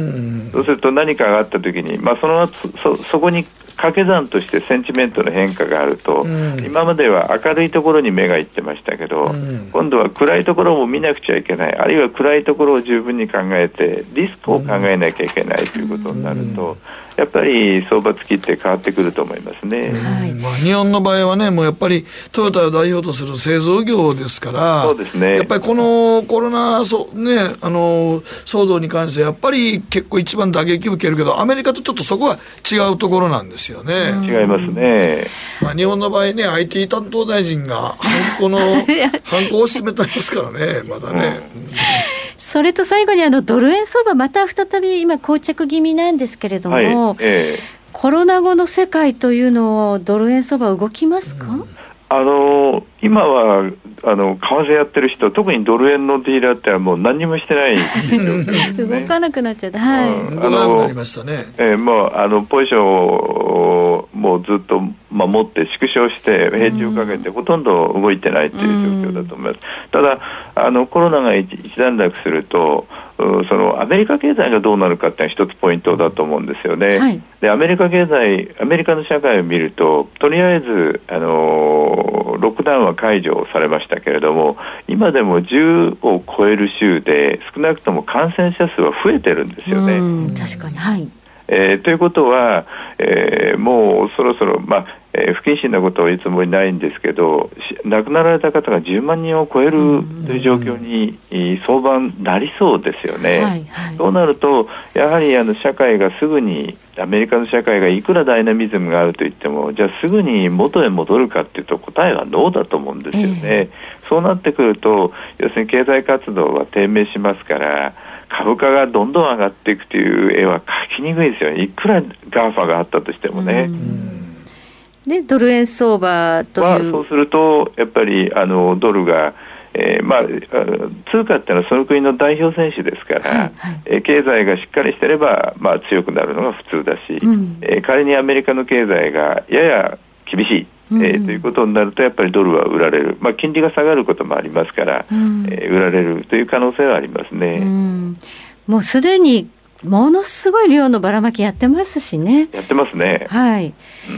そうすると何かがあったときに、まあ、その そ, そこに掛け算としてセンチメントの変化があると、うん、今までは明るいところに目がいってましたけど、うん、今度は暗いところも見なくちゃいけない、あるいは暗いところを十分に考えてリスクを考えなきゃいけないということになると、うん、やっぱり相場付きって変わってくると思いますね。 はいまあ、日本の場合はねもうやっぱりトヨタを代表とする製造業ですから、 そうですね、 やっぱりこのコロナそ、ね、あの騒動に関してやっぱり結構一番打撃を受けるけどアメリカとちょっとそこは違うところなんですよね。 うん、違いますね。 まあ、日本の場合ね アイティー 担当大臣がハンコのハンコを進めてありますからねまだね、うんそれと最後にあのドル円相場また再び今膠着気味なんですけれども、はいえー、コロナ後の世界というのをドル円相場動きますか？うん、 あの今はあの為替やってる人特にドル円のディーラーってはもう何にもしてない、 ね、動かなくなっちゃった、はいうん、動かなくなりましたね。 えー、もうあのポジションをもうずっと守って縮小してヘッジをかけてほとんど動いてないという状況だと思います。ただあのコロナが 一, 一段落するとそのアメリカ経済がどうなるかっていうのは一つポイントだと思うんですよね。はい、でアメリカ経済アメリカの社会を見るととりあえずあのロックダウンは解除されましたけれども今でもじゅうを超える州で少なくとも感染者数は増えてるんですよね。 うん確かに、はいえー、ということは、えー、もうそろそろ、まあえー、不謹慎なことを言うつもりないんですけど亡くなられた方がじゅうまんにんを超えるという状況に、うん、相場になりそうですよね。はいはい、そうなるとやはりあの社会がすぐにアメリカの社会がいくらダイナミズムがあるといってもじゃあすぐに元へ戻るかというと答えはノーだと思うんですよね。えー、そうなってくると要するに経済活動は低迷しますから株価がどんどん上がっていくという絵は描きにくいですよね。いくらガーファがあったとしてもね。 でドル円相場という、まあ、 そうするとやっぱりあのドルが、えーまあ、通貨っていうのはその国の代表選手ですから、はいはいえー、経済がしっかりしてれば、まあ、強くなるのが普通だし、うんえー、仮にアメリカの経済がやや厳しいえー、ということになるとやっぱりドルは売られる、まあ、金利が下がることもありますから、うんえー、売られるという可能性はありますね。 うんもうすでにものすごい量のばらまきやってますしね。 やってますね。 はい、うん、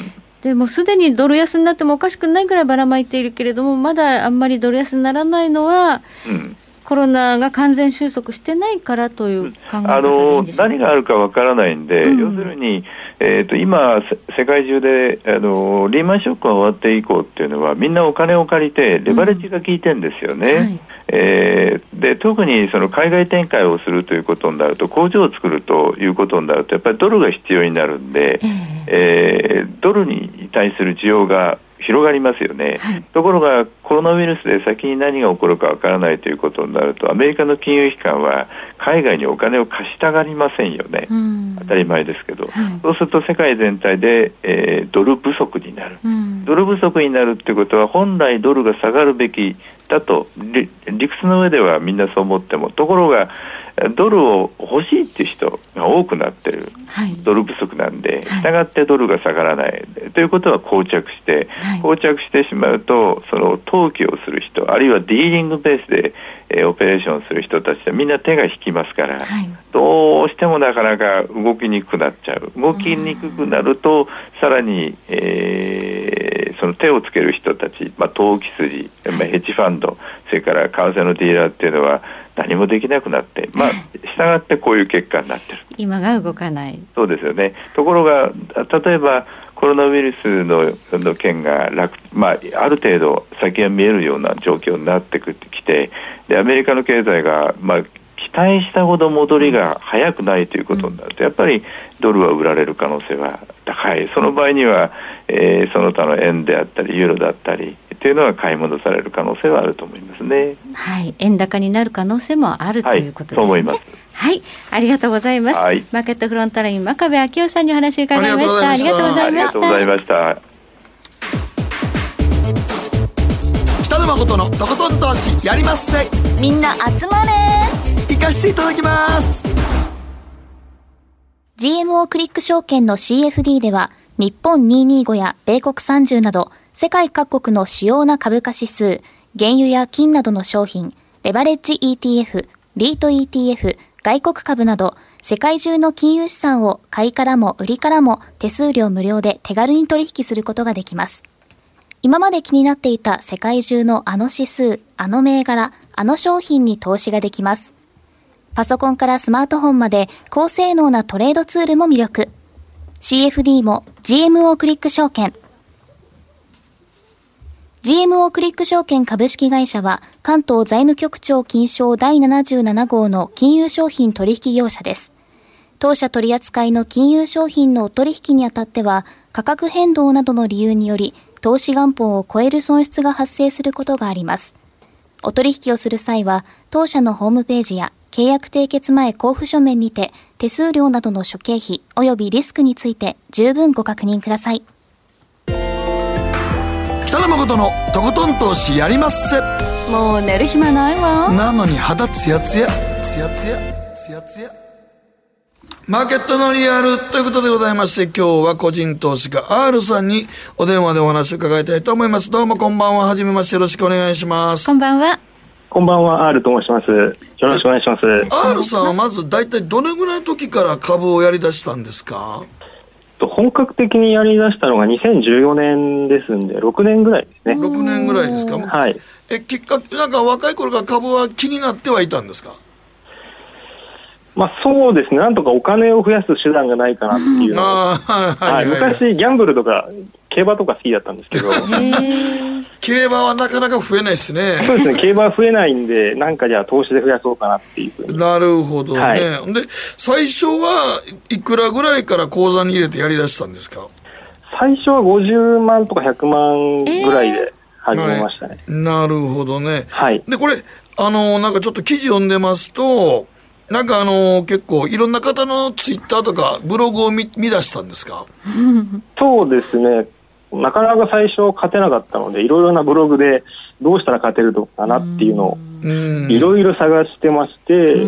でもすでにドル安になってもおかしくないぐらいばらまいているけれども、まだあんまりドル安にならないのは、うん、コロナが完全収束してないからという考え方でいいんでしょうか。 何があるかわからないんで、うん、要するに、えー、と今世界中であのリーマンショックが終わって以降っていうのはみんなお金を借りてレバレッジが効いてるんですよね、うんはい、えー、で特にその海外展開をするということになると、工場を作るということになるとやっぱりドルが必要になるんで、えーえー、ドルに対する需要が広がりますよね、はい、ところがコロナウイルスで先に何が起こるかわからないということになると、アメリカの金融機関は海外にお金を貸したがりませんよね、うん、当たり前ですけど、はい、そうすると世界全体で、えー、ドル不足になる、うん、ドル不足になるということは本来ドルが下がるべきだと理屈の上ではみんなそう思っても、ところがドルを欲しいっていう人が多くなってる、はい、ドル不足なんで、したがってドルが下がらない、はい、ということは膠着して、はい、膠着してしまうと、その投機をする人、あるいはディーリングベースで、えー、オペレーションする人たちはみんな手が引きますから、はい、どうしてもなかなか動きにくくなっちゃう。動きにくくなるとさらに、えー、その手をつける人たち、まあ、投機筋、まあ、ヘッジファンド、それから為替のディーラーっていうのは何もできなくなって、まあ、したがってこういう結果になってる。 今が動かない。 そうですよね。ところが例えばコロナウイルス の, の件が楽、まあ、ある程度先が見えるような状況になってきて、でアメリカの経済が、まあ、期待したほど戻りが早くないということになると、やっぱりドルは売られる可能性は高い。その場合には、えー、その他の円であったりユーロだったりというのが買い戻される可能性はあると思いますね。 はい、円高になる可能性もあるということですね。はい、そう思います。はい、ありがとうございます。はい、マーケットフロントライン真壁昭夫さんにお話を伺いました。ありがとうございました。ありがとうございました。 北野誠のとことん投資やりまっせ。 みんな集まれ。 行かしていただきます。 ジーエムオー クリック証券の シーエフディー では日本にひゃくにじゅうごや米国さんじゅうなど世界各国の主要な株価指数、原油や金などの商品、レバレッジ イーティーエフ、リート イーティーエフ、外国株など世界中の金融資産を買いからも売りからも手数料無料で手軽に取引することができます。今まで気になっていた世界中のあの指数、あの銘柄、あの商品に投資ができます。パソコンからスマートフォンまで高性能なトレードツールも魅力。シーエフディー も ジーエムオー クリック証券。ジーエムオー クリック証券株式会社は関東財務局長金賞だいななじゅうなな号の金融商品取引業者です。当社取扱いの金融商品のお取引にあたっては価格変動などの理由により投資元本を超える損失が発生することがあります。お取引をする際は当社のホームページや契約締結前交付書面にて手数料などの諸経費及びリスクについて十分ご確認ください。 北野誠のとことん投資やりまっせ。 もう寝る暇ないわ。 なのに肌ツヤツヤツヤツヤツヤツヤ。マーケットのリアルということでございまして、今日は個人投資家 R さんにお電話でお話を伺いたいと思います。どうもこんばんは。はじめまして、よろしくお願いします。 こんばんは。 こんばんは、R と申します。よろしくお願いします。 R さんはまず大体どれぐらいの時から株をやり出したんですか？ 本格的にやり出したのがにせんじゅうよねんですんでろくねんぐらいですね。 ろくねんぐらいですか？ はい。 え、結果なんか若い頃から株は気になってはいたんですか？ まあ、そうですね。なんとかお金を増やす手段がないかなっていうのを、あ、はいはいはい、昔ギャンブルとか競馬とか好きだったんですけど競馬はなかなか増えないですね。 そうですね。競馬は増えないんで、なんかじゃあ投資で増やそうかなっていうふうに。 なるほどね、はい、で最初はいくらぐらいから口座に入れてやりだしたんですか？ 最初はごじゅうまんとかひゃくまんぐらいで始めましたね、 えーはい、なるほどね、 はい、 でこれあのなんかちょっと記事読んでますと、なんかあの結構いろんな方のツイッターとかブログを 見, 見出したんですか？ そうですね。なかなか最初勝てなかったので、いろいろなブログでどうしたら勝てるのかなっていうのをいろいろ探してまして。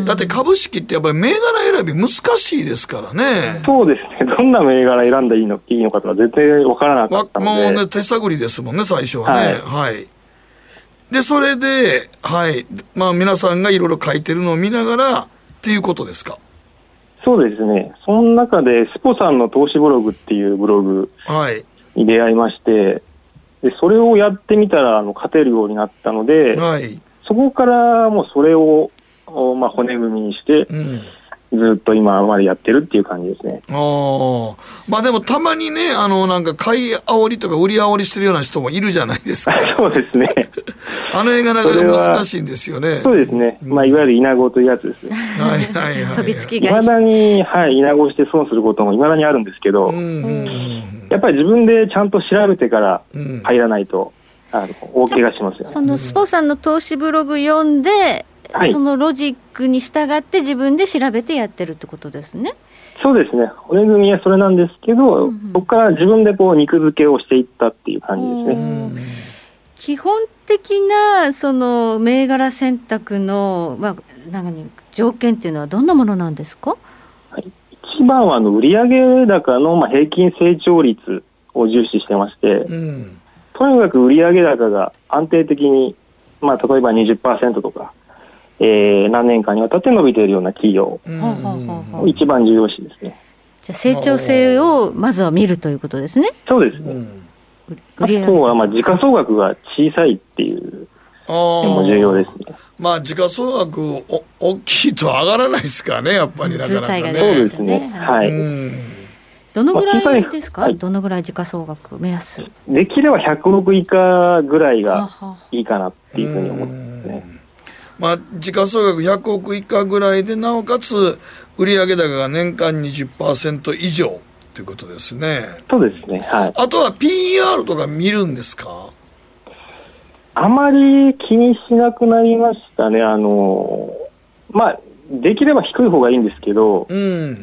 だって株式ってやっぱり銘柄選び難しいですからね。 そうですね。どんな銘柄選んだらいいのいいのかとか絶対分からなかったので、 もうね手探りですもんね最初はね。はい、はい、でそれで、はいまあ、皆さんがいろいろ書いてるのを見ながらっていうことですか？ そうですね。その中でスポさんの投資ブログっていうブログに出会いまして、でそれをやってみたらあの勝てるようになったので、はい、そこからもうそれを、まあ、骨組みにして、うんずっと今までやってるっていう感じですね。 ああ、まあでもたまにね、あのなんか買い煽りとか売り煽りしてるような人もいるじゃないですか。 そうですね。 あの映画なかなか難しいんですよね。 そうですね。まあいわゆるイナゴというやつですね。 はいはいはい、はい。 飛びつきが。 未だにはいイナゴして損することも未だにあるんですけど、うんうん、やっぱり自分でちゃんと調べてから入らないと、うん、あの大怪我しますよね。 そのスポさんの投資ブログ読んで。はい、そのロジックに従って自分で調べてやってるってことですね。 そうですね。骨組みはそれなんですけど、うんうん、そこから自分でこう肉付けをしていったっていう感じですね。 基本的なその銘柄選択の、まあ、何条件っていうのはどんなものなんですか？ はい、一番はあの売上高のまあ平均成長率を重視してまして、うん、とにかく売上高が安定的に、まあ、例えば にじゅっパーセント とかえー、何年間にわたって伸びているような企業を一番重要視ですね。 じゃあ成長性をまずは見るということですね。 そうですね。うん、あとはまあ時価総額が小さいっていうのも重要ですね。 まあ時価総額お大きいと上がらないですからね、やっぱりなかなかね。 そうですね。はい。うん、 どのぐらいですか？まあ、どのぐらい時価総額目安？ できればひゃくおく以下ぐらいがいいかなっていうふうに思ってますね。 まあ、時価総額ひゃくおく以下ぐらいで、なおかつ売上高が年間 にじゅっパーセント 以上ということですね。 そうですね、はい。 あとは ピーイーアール とか見るんですか？ あまり気にしなくなりましたね。あのまあできれば低い方がいいんですけど、うん、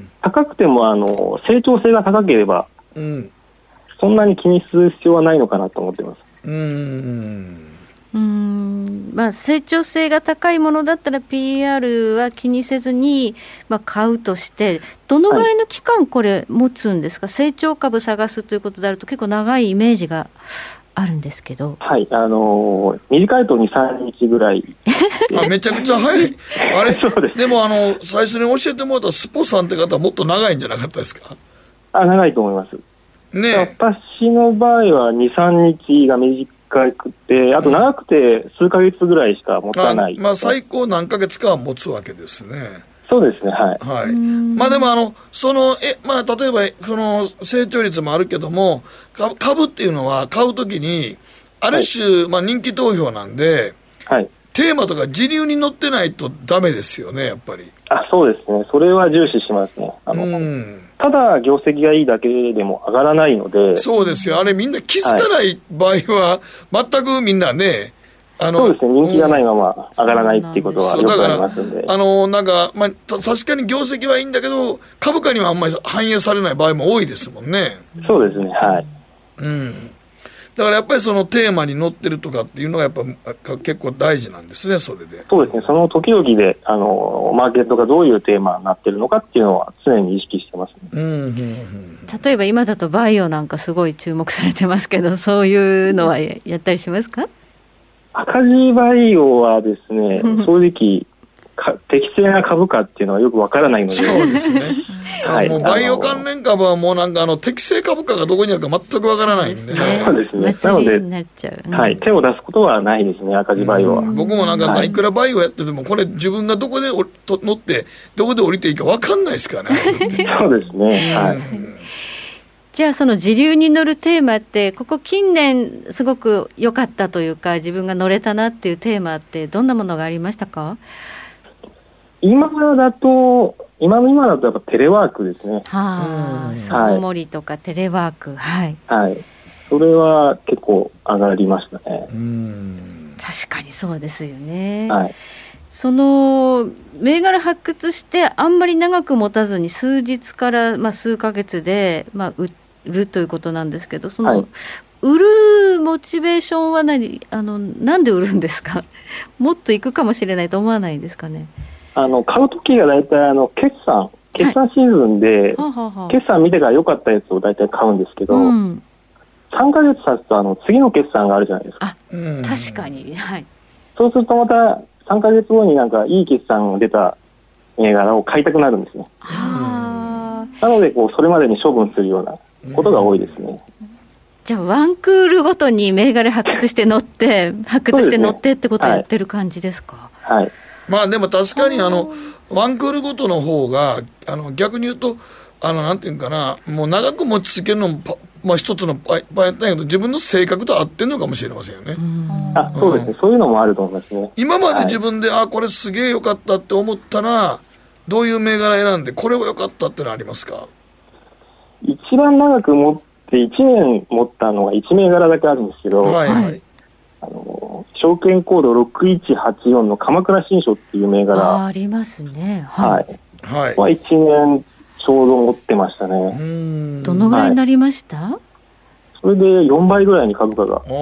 高くてもあの成長性が高ければ、うん、そんなに気にする必要はないのかなと思ってます。うーんうーんまあ、成長性が高いものだったら ピーイーアール は気にせずに、まあ、買うとしてどのぐらいの期間これ持つんですか？はい、成長株探すということであると結構長いイメージがあるんですけど、 はい、あのー、短いと にさんにちぐらいあめちゃくちゃ早いあれそうです。でもあの最初に教えてもらったスポさんって方はもっと長いんじゃなかったですか？ あ長いと思います、ね、私の場合は にさんにちが短くて、あと長くて数ヶ月ぐらいしか持たない、 うん、まあ、最高何ヶ月かは持つわけですね。 そうですね、はい、 はい、まあでもあのそのえ、まあ、例えばその成長率もあるけども株っていうのは買うときにある種、はいまあ、人気投票なんで、はい、テーマとか時流に乗ってないとダメですよね、やっぱり。 あそうですね、それは重視しますね。あの、うん、ただ業績がいいだけでも上がらないので。 そうですよ、あれみんな気づかない場合は、はい、全くみんなねあのそうですね、人気がないまま上がらないっていうことはよくありますんで、 あのなんか、まあ、確かに業績はいいんだけど株価にはあんまり反映されない場合も多いですもんね。 そうですね、はい、 うん、だからやっぱりそのテーマに乗ってるとかっていうのがやっぱ結構大事なんですね。それでそうですね、その時々であのマーケットがどういうテーマになってるのかっていうのは常に意識してますね。うんうんうん、 例えば今だとバイオなんかすごい注目されてますけど、そういうのはやったりしますか？ 赤字バイオはですね、正直か適正な株価っていうのはよくわからないので。 そうですね、はい、もうバイオ関連株はもうなんかあの適正株価がどこにあるか全くわからないんで、ね、 そうですね、なのでなっちゃう、うんはい、手を出すことはないですね、赤字バイオは。 僕もなんか、はい、いくらバイオやっててもこれ自分がどこでおと乗ってどこで降りていいかわかんないですからねそうですね、はい、 じゃあその時流に乗るテーマってここ近年すごく良かったというか自分が乗れたなっていうテーマってどんなものがありましたか？ 今だと今の今だとやっぱテレワークですね。 はあ、巣ごもりとかテレワーク、はい、 はい、それは結構上がりましたね。 うん、確かにそうですよね。 はい、 その銘柄発掘してあんまり長く持たずに数日から、まあ、数ヶ月で、まあ、売るということなんですけど、その、はい、売るモチベーションは何、あのなんで売るんですか？もっといくかもしれないと思わないんですかね？ あの買うときが大体あの決算決算シーズンで、はい、決算見てから良かったやつを大体買うんですけど、うん、さんかげつ経つとあの次の決算があるじゃないですか。 あ、うん、確かに、はい、 そうするとまたさんかげつごになんかいい決算が出た銘柄を買いたくなるんですね。 あ、 なのでこうそれまでに処分するようなことが多いですね。 うん、 じゃあワンクールごとに銘柄発掘して乗って発掘して乗ってってことをやってる感じですか？ はい、はい、 まあでも確かにあのワンクールごとの方があの逆に言うとあのなんていうかな、もう長く持ち続けるのもまあ一つのパイパイだけど自分の性格と合ってるのかもしれませんよね。 あ、そうですね、うん、そういうのもあると思いますね。 今まで自分で、はい、あこれすげえ良かったって思ったらどういう銘柄選んでこれは良かったってのありますか？ 一番長く持っていちねん持ったのがいち銘柄だけあるんですけど、はいはい、あの証券コードろくいちはちよんの鎌倉新書っていう銘柄あ, ありますね、はいはい、はい、いちねんちょうど持ってましたね。うーん、どのぐらいになりました？はい、 それでよんばいぐらいに株価がなりました、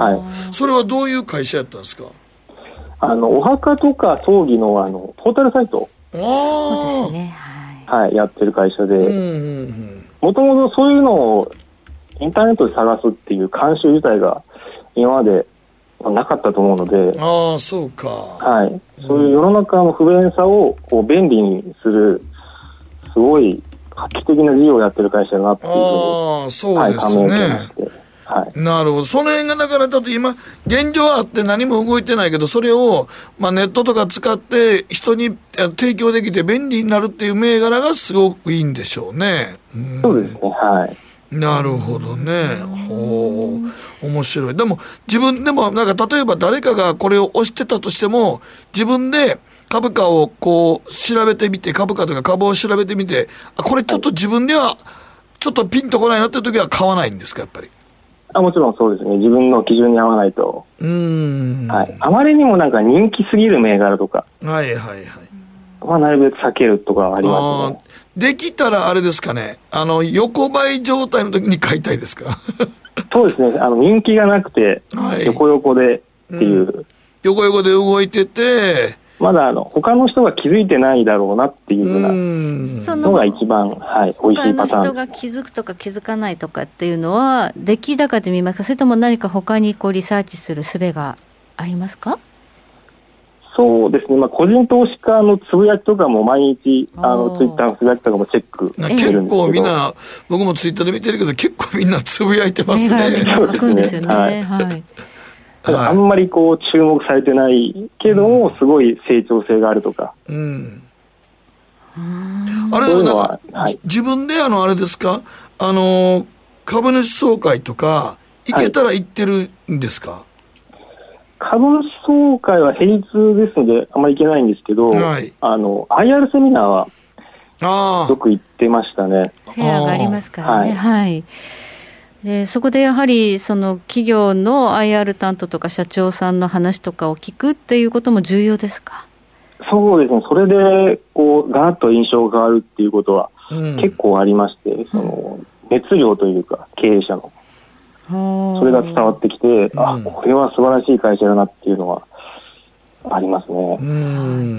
はい、 それはどういう会社やったんですか？ あのお墓とか葬儀 の, あのポータルサイト、 そうですね、 はいはい、やってる会社で、もともとそういうのをインターネットで探すっていう慣習自体が今までなかったと思うので、 ああそうか、 はい、そういう世の中の不便さをこう便利にするすごい画期的な事業をやってる会社だなっていうふうに、 ああそうですね、 はいはい、 なるほど。その辺がだからだと今現状あって何も動いてないけどそれを、まあ、ネットとか使って人に提供できて便利になるっていう銘柄がすごくいいんでしょうね。 うん、そうですね、はい、 なるほどね。ほう、面白い。でも自分でもなんか例えば誰かがこれを押してたとしても自分で株価をこう調べてみて、株価とか株を調べてみて、あこれちょっと自分ではちょっとピンとこないなっていう時は買わないんですか？やっぱり。 あ、もちろんそうですね。自分の基準に合わないと。 うーん、 はい、あまりにもなんか人気すぎる銘柄とか、 はいはいはい、 まあ、なるべく避けるとかありますね。 できたらあれですかね、あの横ばい状態の時に買いたいですか？ そうですね、あの人気がなくて、はい、横横でっていう、うん、 横横で動いててまだあの他の人が気づいてないだろうなっていうふうなのが一番、はい、美味しいパターン。 他の人が気づくとか気づかないとかっていうのは出来高で見ますか？それとも何か他にこうリサーチする術がありますか？ そうですね、まあ、個人投資家のつぶやきとかも毎日あのツイッターのつぶやきとかもチェックしてるんですけど、 結構みんな僕もツイッターで見てるけど結構みんなつぶやいてますね。 書くんですよね。はい、はいあんまりこう注目されてないけども、うん、すごい成長性があるとか、うん、 あれでもなんか、はい、自分であのあれですか、あの株主総会とか行けたら行ってるんですか？はい、 株主総会は平日ですのであんまり行けないんですけど、はい、あの アイアール セミナーはよく行ってましたね。 フェアがありますからね。はい、はい、でそこでやはりその企業の アイアール 担当とか社長さんの話とかを聞くっていうことも重要ですか？ そうですね、それでこうガラッと印象が変わるっていうことは結構ありまして、うん、その熱量というか経営者のそれが伝わってきて、うん、あこれは素晴らしい会社だなっていうのはありますね。うん、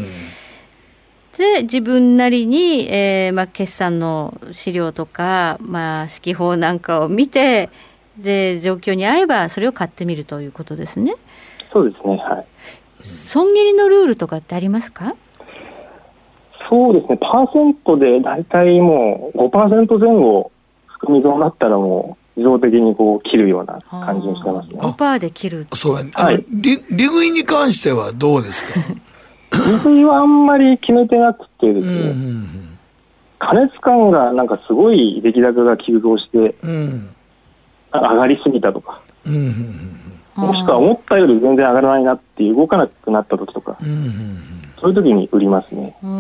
で自分なりに、えーまあ、決算の資料とか、まあ、指揮法なんかを見てで状況に合えばそれを買ってみるということですね。 そうですね、はい。 損切りのルールとかってありますか？ そうですね、パーセントでだいたいもう ごパーセント 前後含み損になったらもう自動的にこう切るような感じにしてますね。 ごパーセント で切る。 そうやね、はい、利, 利食いに関してはどうですか？ 利食いはあんまり決めてなくてですね、うんうんうん、過熱感がなんかすごい出来高が急増して、うん、上がりすぎたとか、うんうんうん、もしくは思ったより全然上がらないなっていう動かなくなった時とか、うんうんうん、そういう時に売りますね。 うん、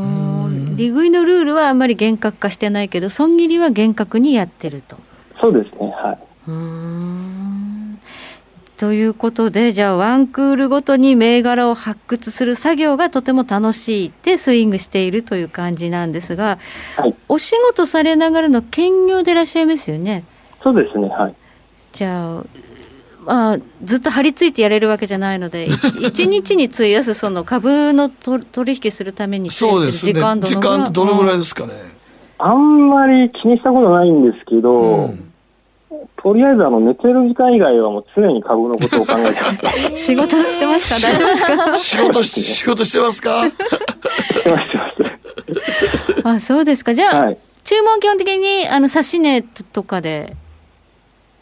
利食いのルールはあんまり厳格化してないけど損切りは厳格にやってると。 そうですね、はい。 うーんということでじゃあワンクールごとに銘柄を発掘する作業がとても楽しいってスイングしているという感じなんですが、はい、お仕事されながらの兼業でいらっしゃいますよね。 そうですね、はい。 じゃあ、まあ、ずっと張り付いてやれるわけじゃないので一日に費やすその株のと取引するためにそうですね、時間どのぐらい、時間どのぐらいですかね。 あんまり気にしたことないんですけど、うんとりあえずあの寝てる時間以外はもう常に株のことを考えてます。 仕事してますか？大丈夫ですか？ 仕事し仕事してますか？ してますしてます。 あ、そうですか。じゃあ、はい、注文基本的にあの指値とかで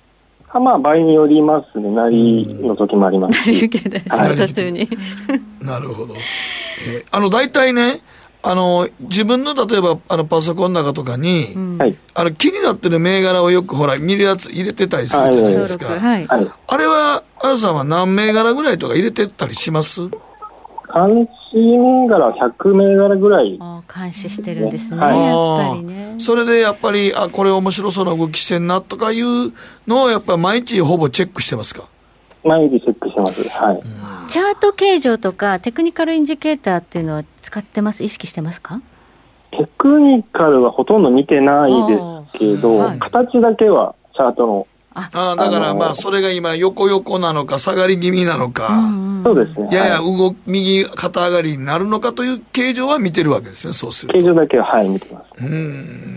まあ場合によりますね。なりの時もありますし。 なり受けで仕事中に。 なるほど。えー、あの大体ね、あの自分の例えばあのパソコンの中とかに、うん、あの気になってる銘柄をよくほら見るやつ入れてたりするじゃないですか。はいはい、あれはあやさんは何銘柄ぐらいとか入れてたりします？ 監視銘柄ひゃく銘柄ぐらい。 あ、監視してるんですね、はい、やっぱりね。 それでやっぱりあこれ面白そうな動きしてんなとかいうのをやっぱり毎日ほぼチェックしてますか？ 毎日チェックしてます。はい。うん、 チャート形状とかテクニカルインジケーターっていうのは使ってます？意識してますか？ テクニカルはほとんど見てないですけど、はい、形だけはチャートの。 ああ、だからまあそれが今横横なのか下がり気味なのか、 うんうん、そうですね。 やや動き右肩上がりになるのかという形状は見てるわけですね。そうすると形状だけははい見てます。 うん、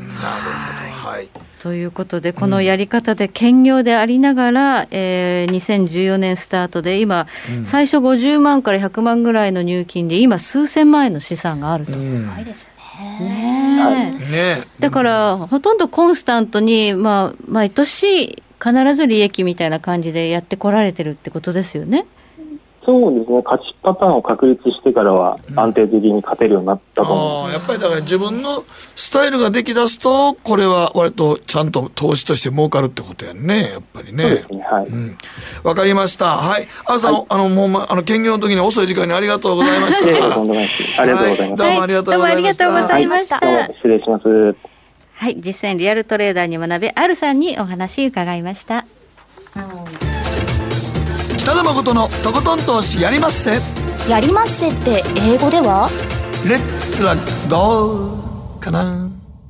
なるほど。はい。 ということでこのやり方で兼業でありながら、うん、えー、にせんじゅうよねんスタートで今、うん、最初ごじゅうまんからひゃくまんぐらいの入金で今数千万円の資産があると、うん、 すごいですね。 ねえ、ね、だからほとんどコンスタントに、まあ、毎年必ず利益みたいな感じでやってこられてるってことですよね。 そうですね。勝ちパターンを確立してからは安定的に勝てるようになったと思う、 うん、あやっぱりだから自分のスタイルができだすとこれは割とちゃんと投資として儲かるってことやね、やっぱりね。 そうですね、はい。 うん、わかりました。はい。あさん、はい、あのもう、ま、あの兼業の時に遅い時間にありがとうございました。 ありがとうございます。ありがとうございます。 はい、どうもありがとうございました。 はい、どうもありがとうございました。 はい、どうも失礼します。 はい、実践リアルトレーダーに学べ R さんにお話伺いました。 北野誠のとことん投資やりまっせ。 やりまっせって英語ではレッツラゴーかな。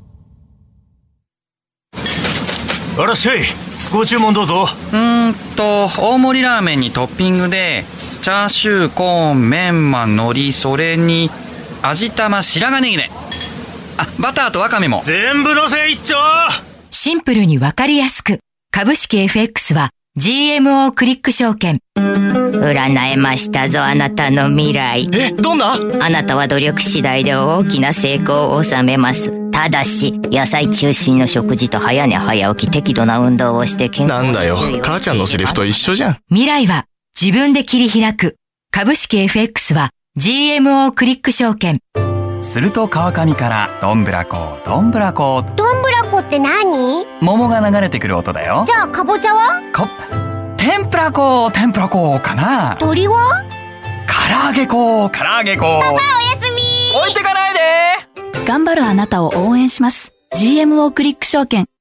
あらっしゃい、ご注文どうぞ。 うーんと大盛りラーメンにトッピングでチャーシュー、コーン、メンマ、海苔、それに味玉、白髪ネギね。あ、バターとワカメも全部のせ一丁。 シンプルにわかりやすく、株式 エフエックス は ジーエムオー クリック証券。占えましたぞ、あなたの未来。 え、どんな？ あなたは努力次第で大きな成功を収めます。ただし野菜中心の食事と早寝早起き、適度な運動をして健康に注意をして。 なんだよ、母ちゃんのセリフと一緒じゃん。 未来は自分で切り開く。株式 エフエックス は ジーエムオー クリック証券。 すると川上からどんぶらこどんぶらこ。 どんぶらこって何？ 桃が流れてくる音だよ。 じゃあかぼちゃは？ こ天ぷらこ天ぷらこかな。 鳥は？ 唐揚げこ唐揚げこ。 パパおやすみ。 置いてかないで。 頑張るあなたを応援します。 ジーエムオー クリック証券。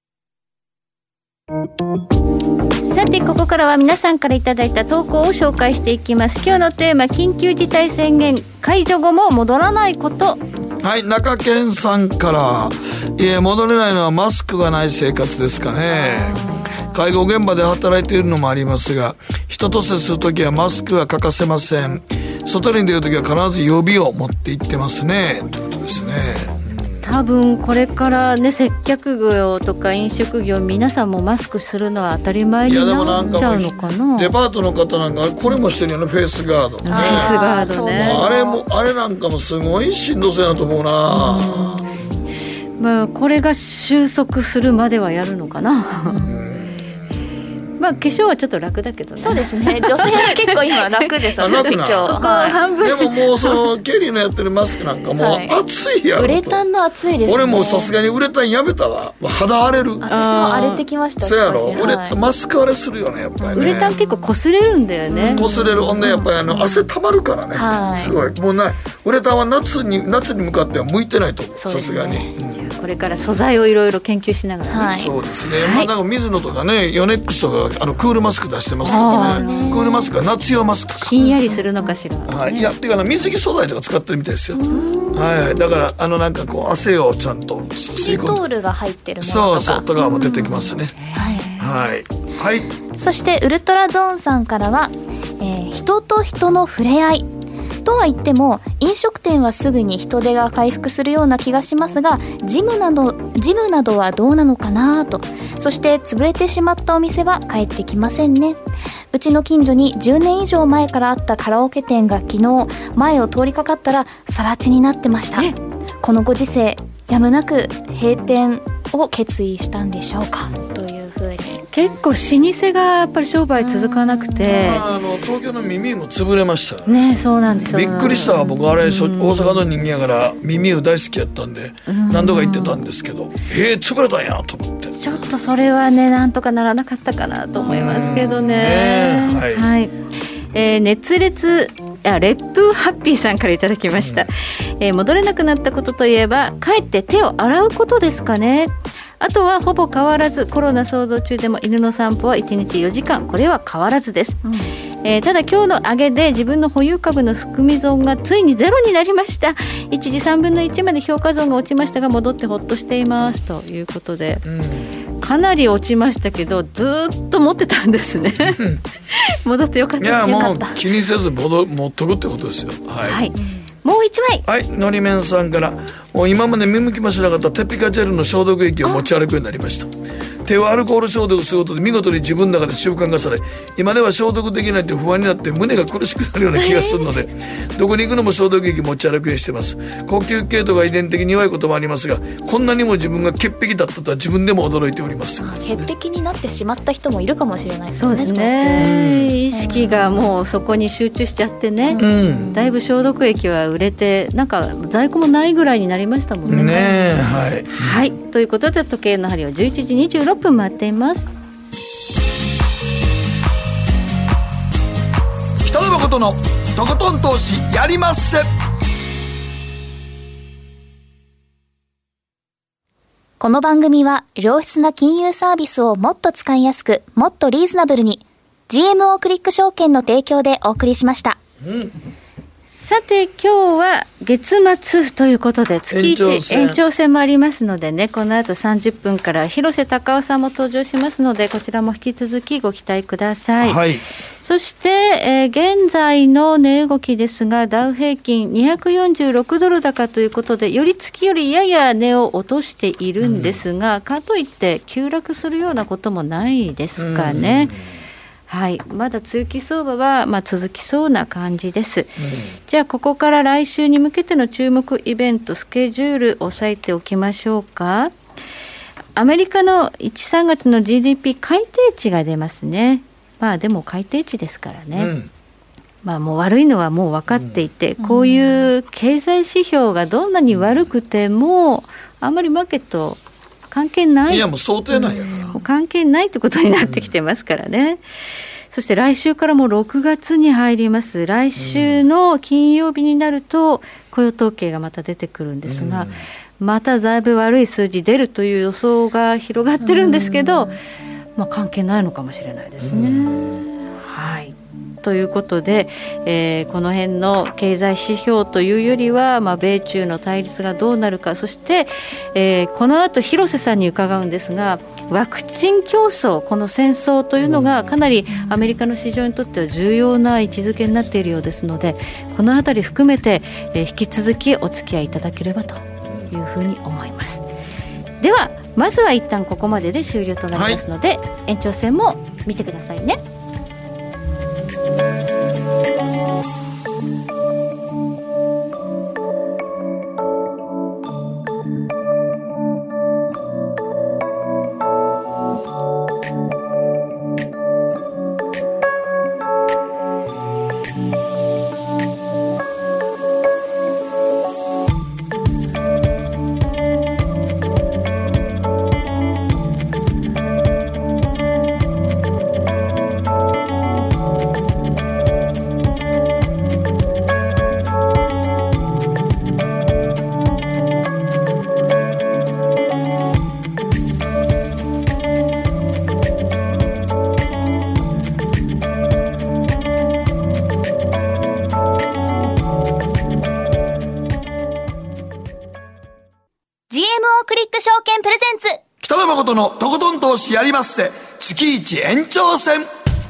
さてここからは皆さんからいただいた投稿を紹介していきます。今日のテーマ、緊急事態宣言解除後も戻らないこと。 はい、中堅さんから、いや戻れないのはマスクがない生活ですかね。介護現場で働いているのもありますが、人と接するときはマスクは欠かせません。外に出るときは必ず予備を持って行ってますね、ということですね。 多分これからね、接客業とか飲食業皆さんもマスクするのは当たり前になっちゃうのかな。 デパートの方なんかこれもしてるよね、フェイスガードね。 フェイスガードね。 あれもあれなんかもすごいしんどそうやなと思うな。 まあこれが収束するまではやるのかな。まあ化粧はちょっと楽だけどね。 そうですね、女性は結構今楽ですよね。 楽な今日、はい、 半分でももうそのケリーのやってるマスクなんかもう暑いやろと、 ウレタンの暑いですね。 俺もさすがにウレタンやめたわ。肌荒れる。 私も荒れてきました。 そうやろ、ウレタンマスク荒れするよね、やっぱりね。 ウレタン結構擦れるんだよね。 擦れる。ほんでやっぱりあの汗たまるからね、はい、すごい。もうない、ウレタンは夏に夏に向かっては向いてないと思う、さすがに、うん、 じゃあこれから素材をいろいろ研究しながらね、 はい、そうですね、はい、まあ、なんか水野とかね、ヨネックスとかあのクールマスク出してますからね。クールマスクは夏用マスクか。 ひんやりするのかしら、ね、 はい、いやっていうかな、水着素材とか使ってるみたいですよ。はい、だからあのなんかこう汗をちゃんとシートールが入ってるものとか、 そうそうとかも出てきますね。はい、はい、 そしてウルトラゾーンさんからは、えー、人と人の触れ合いとは言っても飲食店はすぐに人手が回復するような気がしますが、ジムなどジムなどはどうなのかなと。そして潰れてしまったお店は帰ってきませんね。うちの近所にじゅうねん以上前からあったカラオケ店が昨日前を通りかかったら更地になってました。このご時世やむなく閉店を決意したんでしょうか、というふうに。 結構老舗がやっぱり商売続かなくて、 あの東京の耳も潰れましたね。そうなんですよ。 びっくりした僕あれ、うん、大阪の人間やから耳大好きやったんで、うん、何度か行ってたんですけど、えー、潰れたんやと思って、 ちょっとそれはねなんとかならなかったかなと思いますけどね、 ね、はい、 はい。えー、熱烈あ烈風ハッピーさんからいただきました、うん。えー、戻れなくなったことといえば帰って手を洗うことですかね。あとはほぼ変わらず、コロナ騒動中でも犬の散歩はいちにちよじかん、これは変わらずです、うん。えー、ただ今日の上げで自分の保有株の含み損がついにゼロになりました。一時さんぶんのいちまで評価損が落ちましたが戻ってほっとしていますということで、うん、かなり落ちましたけどずっと持ってたんですね戻ってよかった。 いやもう気にせず戻持っとくってことですよ。はい、 はい、もう一枚、 はい、のりめんさんから、もう今まで見向きもしなかったテピカジェルの消毒液を持ち歩くようになりました。手をアルコール消毒することで見事に自分の中で習慣化され、今では消毒できないと不安になって胸が苦しくなるような気がするので、どこに行くのも消毒液持ち歩くようにしてます。呼吸系統が遺伝的に弱いこともありますが、こんなにも自分が潔癖だったとは自分でも驚いております。 潔癖になってしまった人もいるかもしれないですね。 そうですね、うん、意識がもうそこに集中しちゃってね、うん、だいぶ消毒液は売れてなんか在庫もないぐらいになりましたもんね。 ねえ、はい、 はい、ということで時計の針はじゅういちじにじゅうろっぷん回っています。 北野誠のとことん投資やりまっせ。 この番組は良質な金融サービスをもっと使いやすく、もっとリーズナブルに ジーエムオー クリック証券の提供でお送りしました。 うん、 さて今日は月末ということで月いち延長戦もありますのでね、この後さんじゅっぷんから広瀬隆夫さんも登場しますので、こちらも引き続きご期待ください。 はい、 そして、えー、現在の値動きですが、ダウ平均にひゃくよんじゅうろくドル高ということで、より月よりやや値を落としているんですが、うん、かといって急落するようなこともないですかね。うん、はい、まだ通期相場は、まあ、続きそうな感じです、うん、じゃあここから来週に向けての注目イベントスケジュール押さえておきましょうか。アメリカのいち、さんがつの ジーディーピー 改定値が出ますね。まあでも改定値ですからね、うん、まあもう悪いのはもう分かっていて、うん、こういう経済指標がどんなに悪くてもあんまりマーケット関係ない、 いやもう想定内やから、 もう関係ないってことになってきてますからね、うん、そして来週からもろくがつに入ります。来週の金曜日になると雇用統計がまた出てくるんですが、うん、まただいぶ悪い数字出るという予想が広がってるんですけど、うん、まあ、関係ないのかもしれないですね、うん、はい、ということで、えー、この辺の経済指標というよりは、まあ、米中の対立がどうなるか、そして、えー、この後広瀬さんに伺うんですが、ワクチン競争、この戦争というのがかなりアメリカの市場にとっては重要な位置づけになっているようですので、このあたり含めて、えー、引き続きお付き合いいただければというふうに思います。ではまずは一旦ここまでで終了となりますので、はい、延長戦も見てくださいね。 のとことん投資やりまっせ月一延長戦。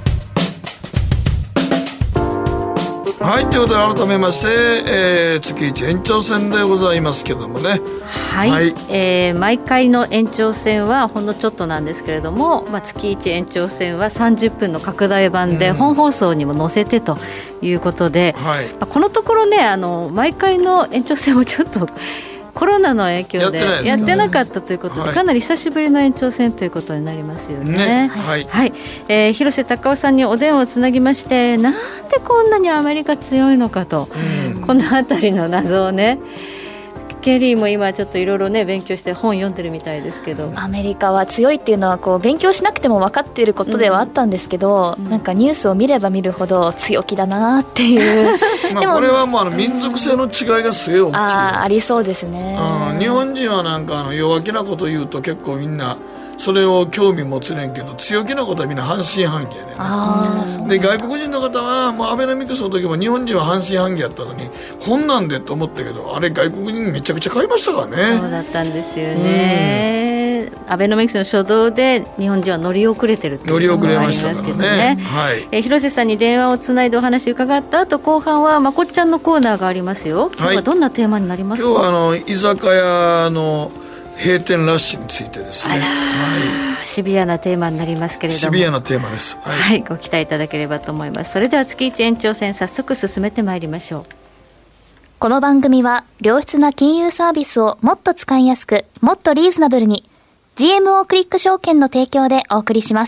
はい、ということで改めまして、えー、月一延長戦でございますけどもね、 はい、はい、えー、毎回の延長戦はほんのちょっとなんですけれども、まあ、月一延長戦はさんじゅっぷんの拡大版で本放送にも載せてということで、うん、はい、まあ、このところね、あの毎回の延長戦もちょっとコロナの影響でやっ, って, やってなかったということで、はい、かなり久しぶりの延長戦ということになりますよ ね, ね、はいはいえー、広瀬隆夫さんにお電話をつなぎまして、なんでこんなにアメリカ強いのかと、うん、このあたりの謎をね、ケリーも今ちょっといろいろね勉強して本読んでるみたいですけど、 アメリカは強いっていうのはこう勉強しなくても分かっていることではあったんですけど、うん、なんかニュースを見れば見るほど強気だなっていうまあこれはもうあの民族性の違いがすごい大きい。 あ, ありそうですね。 あ日本人はなんかあの弱気なこと言うと結構みんなそれを興味持つねんけど、強気なことはみんな半信半疑やねん。あで外国人の方はもうアベノミクスの時も日本人は半信半疑やったのに、こんなんでと思ったけど、あれ外国人めちゃくちゃ買いましたからね。 そうだったんですよね。アベノミクスの初動で日本人は乗り遅れてるっていうのもありますけど ね, 乗り遅れましたからね、はい、え広瀬さんに電話をつないでお話伺った後、後半はまこっちゃんのコーナーがありますよ。今日はどんなテーマになりますか？ 今日はあの居酒屋の閉店ラッシュについてですね、 はい、シビアなテーマになりますけれども、 シビアなテーマです、 はいはい、ご期待いただければと思います。それでは月いち延長戦早速進めてまいりましょう。 この番組は良質な金融サービスをもっと使いやすく、もっとリーズナブルに ジーエムオー クリック証券の提供でお送りします。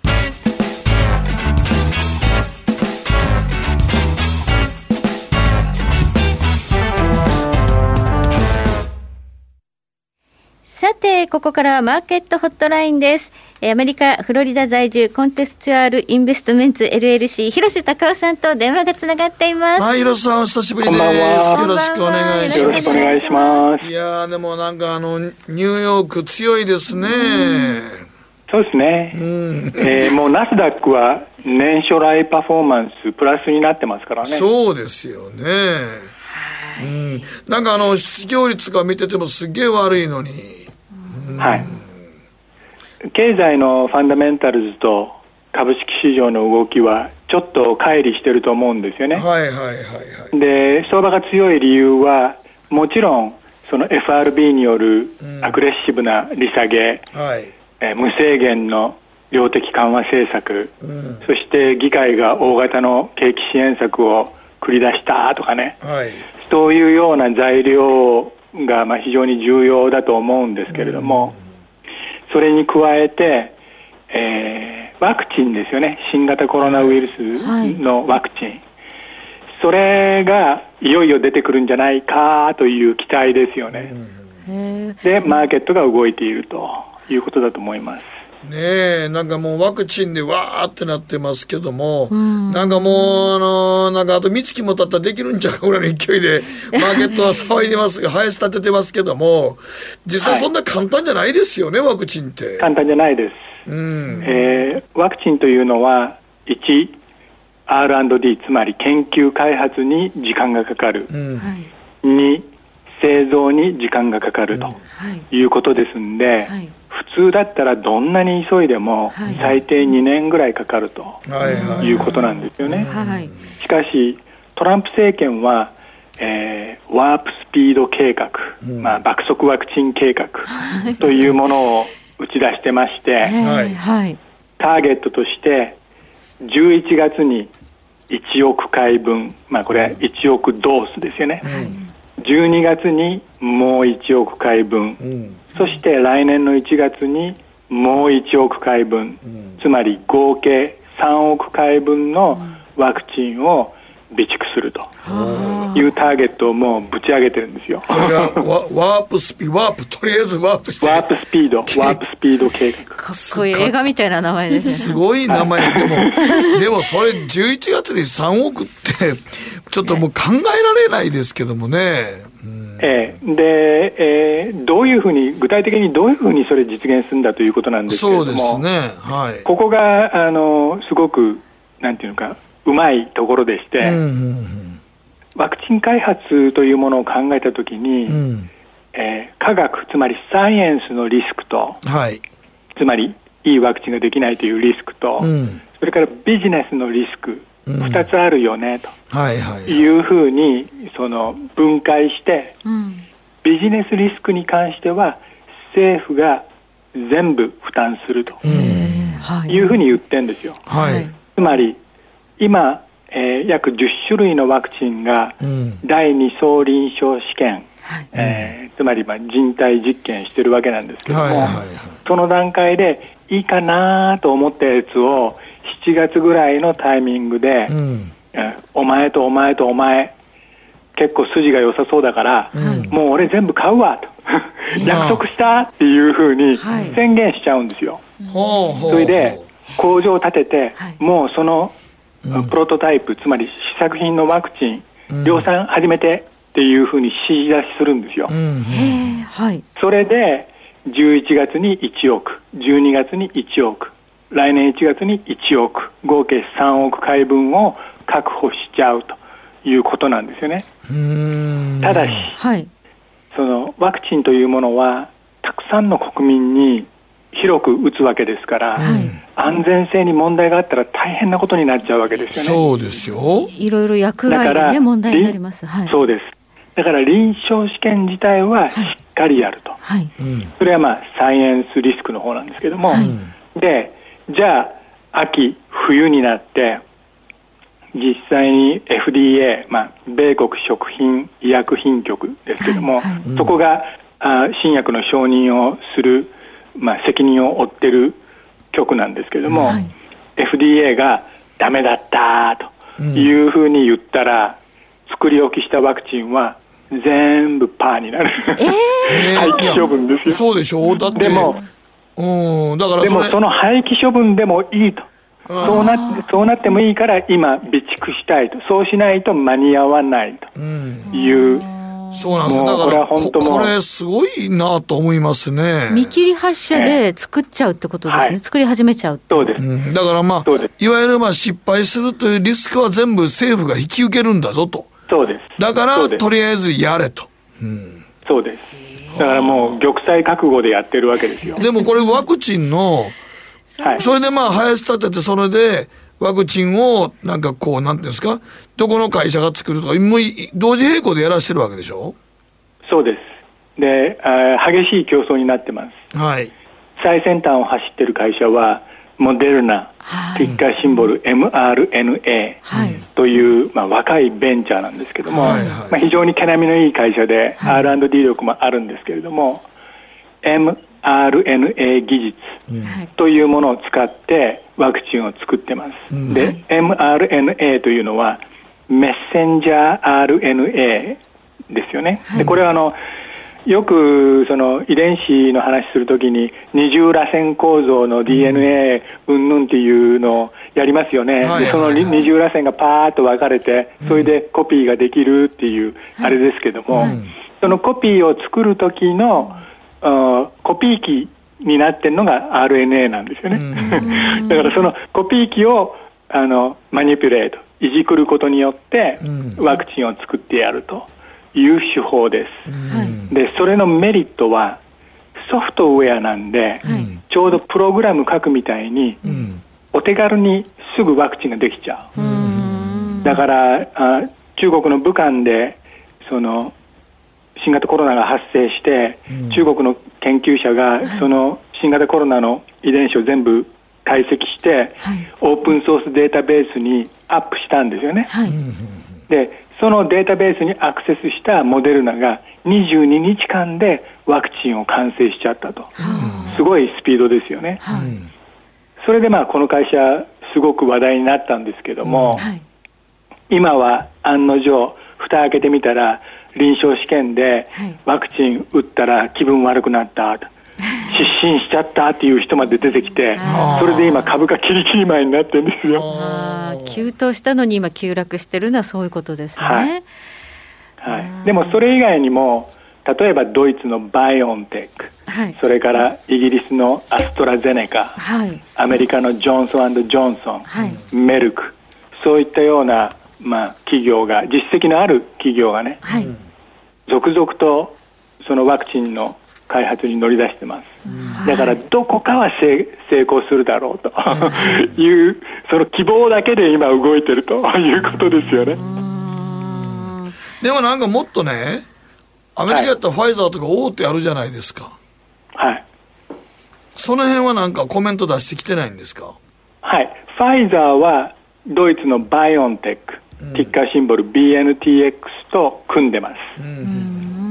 さてここからはマーケットホットラインです。アメリカフロリダ在住コンテスチュアルインベストメンツ エルエルシー 広瀬隆夫さんと電話がつながっています。 はい、広瀬さんお久しぶりです。よろしくお願いします。 よろしくお願いします。 いやでもなんかあのニューヨーク強いですね。 そうですね、うんえー、もうナスダックは年初来パフォーマンスプラスになってますからね。 そうですよね、うん、なんかあの失業率が見ててもすげえ悪いのに、うん、 はい経済のファンダメンタルズと株式市場の動きはちょっと乖離してると思うんですよね。 はいはいはいはい。 で相場が強い理由はもちろんその エフアールビー によるアグレッシブな利下げ、 うんはいえー、無制限の量的緩和政策、うん、そして議会が大型の景気支援策を繰り出したとかね、はい、そういうような材料がまあ非常に重要だと思うんですけれども、うんそれに加えて、えー、ワクチンですよね。新型コロナウイルスのワクチン、はい、それがいよいよ出てくるんじゃないかという期待ですよね。でマーケットが動いているということだと思います。 ねえ、なんかもうワクチンでわーってなってますけども、うん、なんかもうあのなんかあと三月も経ったらできるんちゃうかぐらいの勢いでマーケットは騒いでますが林立ててますけども、実際そんな簡単じゃないですよね、はい、ワクチンって簡単じゃないです、うんえー、ワクチンというのはいち アールアンドディー つまり研究開発に時間がかかる、うん、に製造に時間がかかるということですんで、はいはい普通だったらどんなに急いでも最低にねんぐらいかかるということなんですよね。しかしトランプ政権は、えー、ワープスピード計画、うんまあ、爆速ワクチン計画というものを打ち出してまして、はい、ターゲットとしてじゅういちがつにいちおくかいぶん、まあ、これはいちおくドースですよね、うん、じゅうにがつにもういちおくかいぶん、うんそして来年のいちがつにもういちおくかいぶん、うん、つまり合計さんおくかいぶんのワクチンを備蓄するというターゲットをもうぶち上げてるんですよ。 これがワ, ワープスピワープとりあえずワープしてワープスピードワープスピード計画かっこいい映画みたいな名前ですね。 すごい名前でもでもそれじゅういちがつにさんおくってちょっともう考えられないですけどもね、うんえー、で、えー、どういうふうに具体的にどういうふうにそれ実現するんだということなんですけれども、 そうですね、はい、 ここがあのすごくなんていうのかうまいところでして、うんうんうん、ワクチン開発というものを考えたときに、うんえー、科学つまりサイエンスのリスクと、はい、つまりいいワクチンができないというリスクと、うん、それからビジネスのリスクふたつあるよね、うん、と、はいはいはい、いうふうにその分解して、うん、ビジネスリスクに関しては政府が全部負担するというふうに言ってるんですよ、はい、つまり今、えー、約じゅっしゅるいのワクチンが第二相臨床試験はいえー、つまりまあ人体実験してるわけなんですけども、はいはいはい、その段階でいいかなと思ったやつをしちがつぐらいのタイミングで、うんえー、お前とお前とお前結構筋が良さそうだから、うん、もう俺全部買うわと約束したっていうふうに宣言しちゃうんですよ、はい、それで工場を建てて、はい、もうそのプロトタイプ、うん、つまり試作品のワクチン、うん、量産始めてっていうふうに指示出しするんですよ、うんうんはい、それでじゅういちがつにいちおく、じゅうにがつにいちおく、来年いちがつにいちおく、合計さんおくかいぶんを確保しちゃうということなんですよね。うーんただし、はい、そのワクチンというものはたくさんの国民に広く打つわけですから、はい、安全性に問題があったら大変なことになっちゃうわけですよね。 そうですよ。 いろいろ薬害で、ね、問題になります、はい、 そうです。だから臨床試験自体はしっかりやると、はい、それはまあサイエンスリスクの方なんですけども、はい、でじゃあ秋冬になって実際に エフディーエー、まあ、米国食品医薬品局ですけども、はいはい、そこがあ新薬の承認をする、まあ、責任を負っている局なんですけども、はい、エフディーエー がダメだったというふうに言ったら、うん、作り置きしたワクチンは全部パーになる、えー、廃棄処分ですよ。 そうでしょう。だってでも、うん、だからそれでもその廃棄処分でもいいと、そうなって、そうなってもいいから今備蓄したいと、そうしないと間に合わないという、うん、 そうなんですよ。だからこれ, これすごいなと思いますね。 見切り発車で作っちゃうってことですね、はい、作り始めちゃう。 そうです、 うん、だからまあいわゆるまあ失敗するというリスクは全部政府が引き受けるんだぞと。 そうです。 だからとりあえずやれと、 うん、そうです。だからもう玉砕覚悟でやってるわけですよ。 でもこれワクチンのはい、それでまあ林立ててそれでワクチンをなんかこうなんていうんですか、どこの会社が作るとかもう同時並行でやらしてるわけでしょ。 そうです。であ激しい競争になってます、はい、最先端を走ってる会社はモデルナ、はい、ティッカーシンボル エムアールエヌエー という、まあ、若いベンチャーなんですけども、はいはいまあ、非常に毛並みのいい会社で、はい、アールアンドディー 力もあるんですけれども、 エムアールエヌエー 技術というものを使ってワクチンを作ってます、うん、で、はい、エムアールエヌエー というのはメッセンジャー アールエヌエー ですよね、はい、でこれはあのよくその遺伝子の話するときに二重らせん構造の ディーエヌエー うんぬんっていうのをやりますよね、はい、でその二重らせんがパーッと分かれてそれでコピーができるっていうあれですけども、はい、そのコピーを作るときのコピー機になってるのが アールエヌエー なんですよねだからそのコピー機をあのマニピュレートいじくることによってワクチンを作ってやるという手法です、でそれのメリットはソフトウェアなんで、はい、ちょうどプログラム書くみたいに、うん、お手軽にすぐワクチンができちゃう、うん、だからあ中国の武漢でその新型コロナが発生して、うん、中国の研究者がその新型コロナの遺伝子を全部解析して、はい、オープンソースデータベースにアップしたんですよね、はい、でそのデータベースにアクセスしたモデルナがにじゅうににちかんでワクチンを完成しちゃったと、うん、すごいスピードですよね、はい、それでまあこの会社すごく話題になったんですけども、うんはい、今は案の定蓋開けてみたら臨床試験でワクチン打ったら気分悪くなったと失神しちゃったっていう人まで出てきて、それで今株価キリキリ前になってるんですよ。 あ急騰したのに今急落してるのはそういうことですね、はいはい、でもそれ以外にも例えばドイツのバイオンテック、はい、それからイギリスのアストラゼネカ、はい、アメリカのジョンソン&ジョンソン、はい、メルク、そういったような、まあ、企業が実績のある企業がね、はい、続々とそのワクチンの開発に乗り出してます、だからどこかは成功するだろうというその希望だけで今動いてるということですよね。 でもなんかもっとねアメリカやったらファイザーとか大手あるじゃないですか、はい、その辺はなんかコメント出してきてないんですか。 はい、ファイザーはドイツのバイオンテック、うん、ティッカーシンボル ビーエヌティーエックス と組んでます、うん、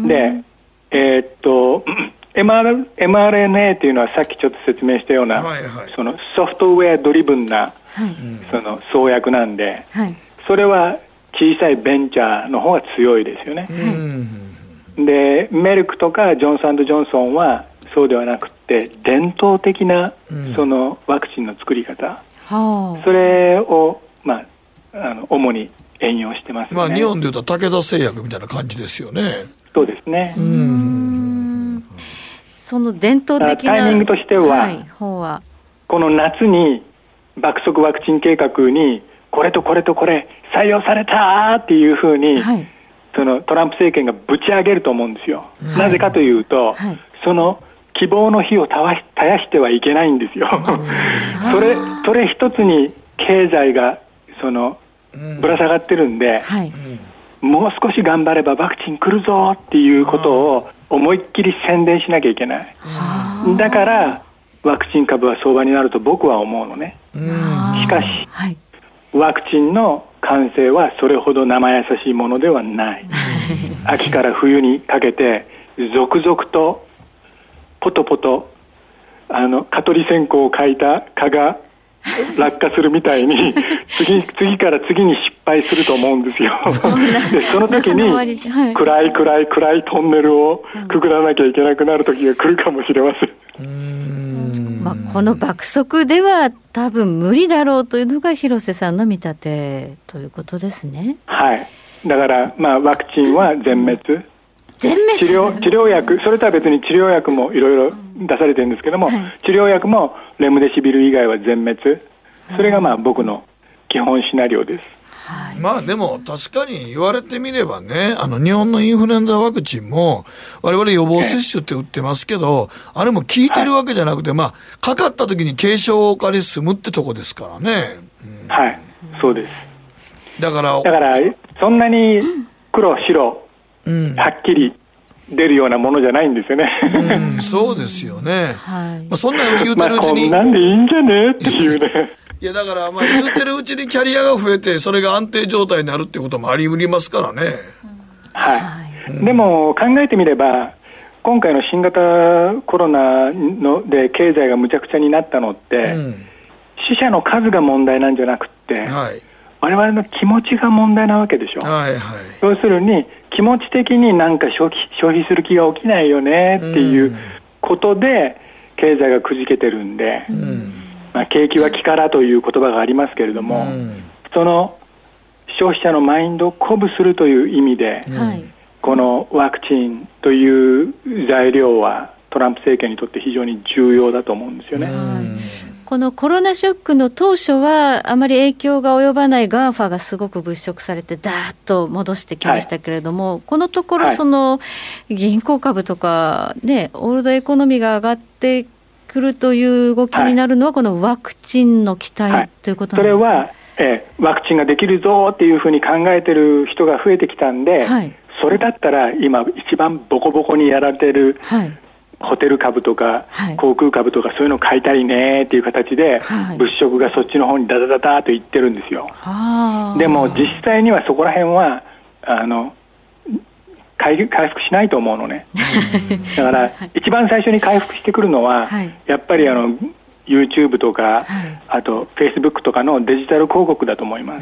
で、えー、っとエムアール、エムアールエヌエー というのはさっきちょっと説明したような、はいはい、そのソフトウェアドリブンな、はい、その創薬なんで、はい、それは小さいベンチャーの方が強いですよね、はい、でメルクとかジョンソン&ジョンソンはそうではなくて伝統的なそのワクチンの作り方、うん、それを、まあ、あの主に援用してますね。 まあ、日本でいうと武田製薬みたいな感じですよね。 そうですね。うーん、 その伝統的なタイミングとしては、はい、方はこの夏に爆速ワクチン計画にこれとこれとこれ採用されたっていうふうに、はい、そのトランプ政権がぶち上げると思うんですよ、はい、なぜかというと、はい、その希望の火を絶やしてはいけないんですよそれ、それ一つに経済がそのぶら下がってるんで、はい、もう少し頑張ればワクチン来るぞっていうことを思いっきり宣伝しなきゃいけない。だからワクチン株は相場になると僕は思うのね。しかし、はい、ワクチンの完成はそれほど生優しいものではない秋から冬にかけて続々とポトポトあの蚊取り線香を描いた蚊が落下するみたいに次, 次から次に失敗すると思うんですよでその時に、はい、暗い暗い暗いトンネルをくぐらなきゃいけなくなる時が来るかもしれません。 うーん、まあ、この爆速では多分無理だろうというのが広瀬さんの見立てということですね。 はい、だから、まあ、ワクチンは全滅、 全滅治療、治療薬、それとは別に治療薬もいろいろ出されてるんですけども、はい、治療薬もレムデシビル以外は全滅、それがまあ僕の基本シナリオです。 はい、まあでも確かに言われてみればね、あの日本のインフルエンザワクチンも我々予防接種って打ってますけど、あれも効いてるわけじゃなくて、はい、まあかかった時に軽症化に済むってとこですからね、 うん、はい、そうです。 だからだからそんなに黒白、うん、はっきり出るようなものじゃないんですよね、 うん、そうですよね、はい、まあ、そんな言うてるうちに、 まあ、こんなんでいいんじゃねっていうねいやだからまあ言うてるうちにキャリアが増えてそれが安定状態になるってこともあり得ますからね、 はい、うん、でも考えてみれば今回の新型コロナので経済がむちゃくちゃになったのって、うん、死者の数が問題なんじゃなくて、はい、我々の気持ちが問題なわけでしょ、はいはい、要するに気持ち的になんか消費、消費する気が起きないよねっていうことで経済がくじけてるんで、うん、まあ、景気は気からという言葉がありますけれども、うん、その消費者のマインドを鼓舞するという意味で、うん、このワクチンという材料はトランプ政権にとって非常に重要だと思うんですよね、うん、 このコロナショックの当初はあまり影響が及ばない ガーファ がすごく物色されてダーッと戻してきましたけれども、はい、このところその銀行株とか、ね、オールドエコノミーが上がってくるという動きになるのは、はい、このワクチンの期待、はい、ということなんですか。 それは、えー、ワクチンができるぞっていうふうに考えてる人が増えてきたんで、はい、それだったら今一番ボコボコにやられてる、はい、ホテル株とか、はい、航空株とかそういうのを買いたいねっていう形で、はい、物色がそっちの方にダダダダーといってるんですよ。でも実際にはそこら辺はあの回復しないと思うのねだから一番最初に回復してくるのは、はい、やっぱりあの YouTube とか、はい、あと Facebook とかのデジタル広告だと思います、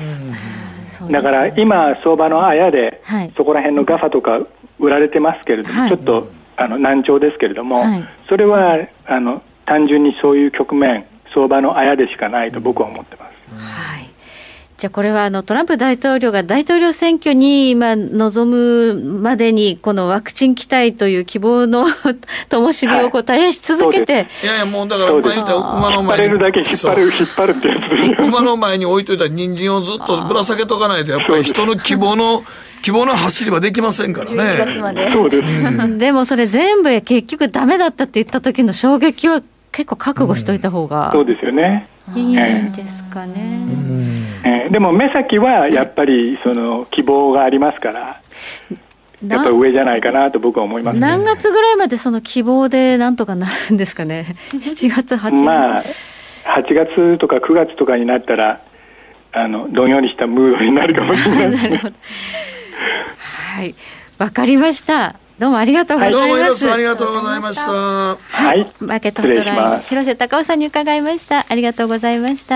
うん、だから今相場のあやで、はい、そこら辺の ガファ とか売られてますけれども、はい、ちょっとあの難聴ですけれども、はい、それはあの単純にそういう局面相場のあやでしかないと僕は思ってます、うん、はい。 じゃあこれはあのトランプ大統領が大統領選挙に今臨むまでにこのワクチン期待という希望の灯火をこう絶やし続けて、はい、 いやいやもうだから馬の前に引っ張れるだけ引っ張る引っ張るってやつ馬の前に置いといた人参をずっとぶら下げとかないとやっぱり人の希望の希望の走りはできませんからね。じゅういちがつまでそうです、 うん、でもそれ全部結局ダメだったって言った時の衝撃は結構覚悟しといた方が、うん、 そうですよね。 いいんですかね、 うんえー、でも目先はやっぱりその希望がありますからやっぱ上じゃないかなと僕は思います、ね、 何月ぐらいまでその希望でなんとかなるんですかねしちがつはちがつ、 まあ、はちがつとかくがつとかになったらあのどんよりしたムードになるかもしれないですねはい、わかりました。 どうもありがとうございます。 どうも広瀬さんありがとうございました。はい、 マーケットホットライン広瀬隆夫さんに伺いました。ありがとうございました。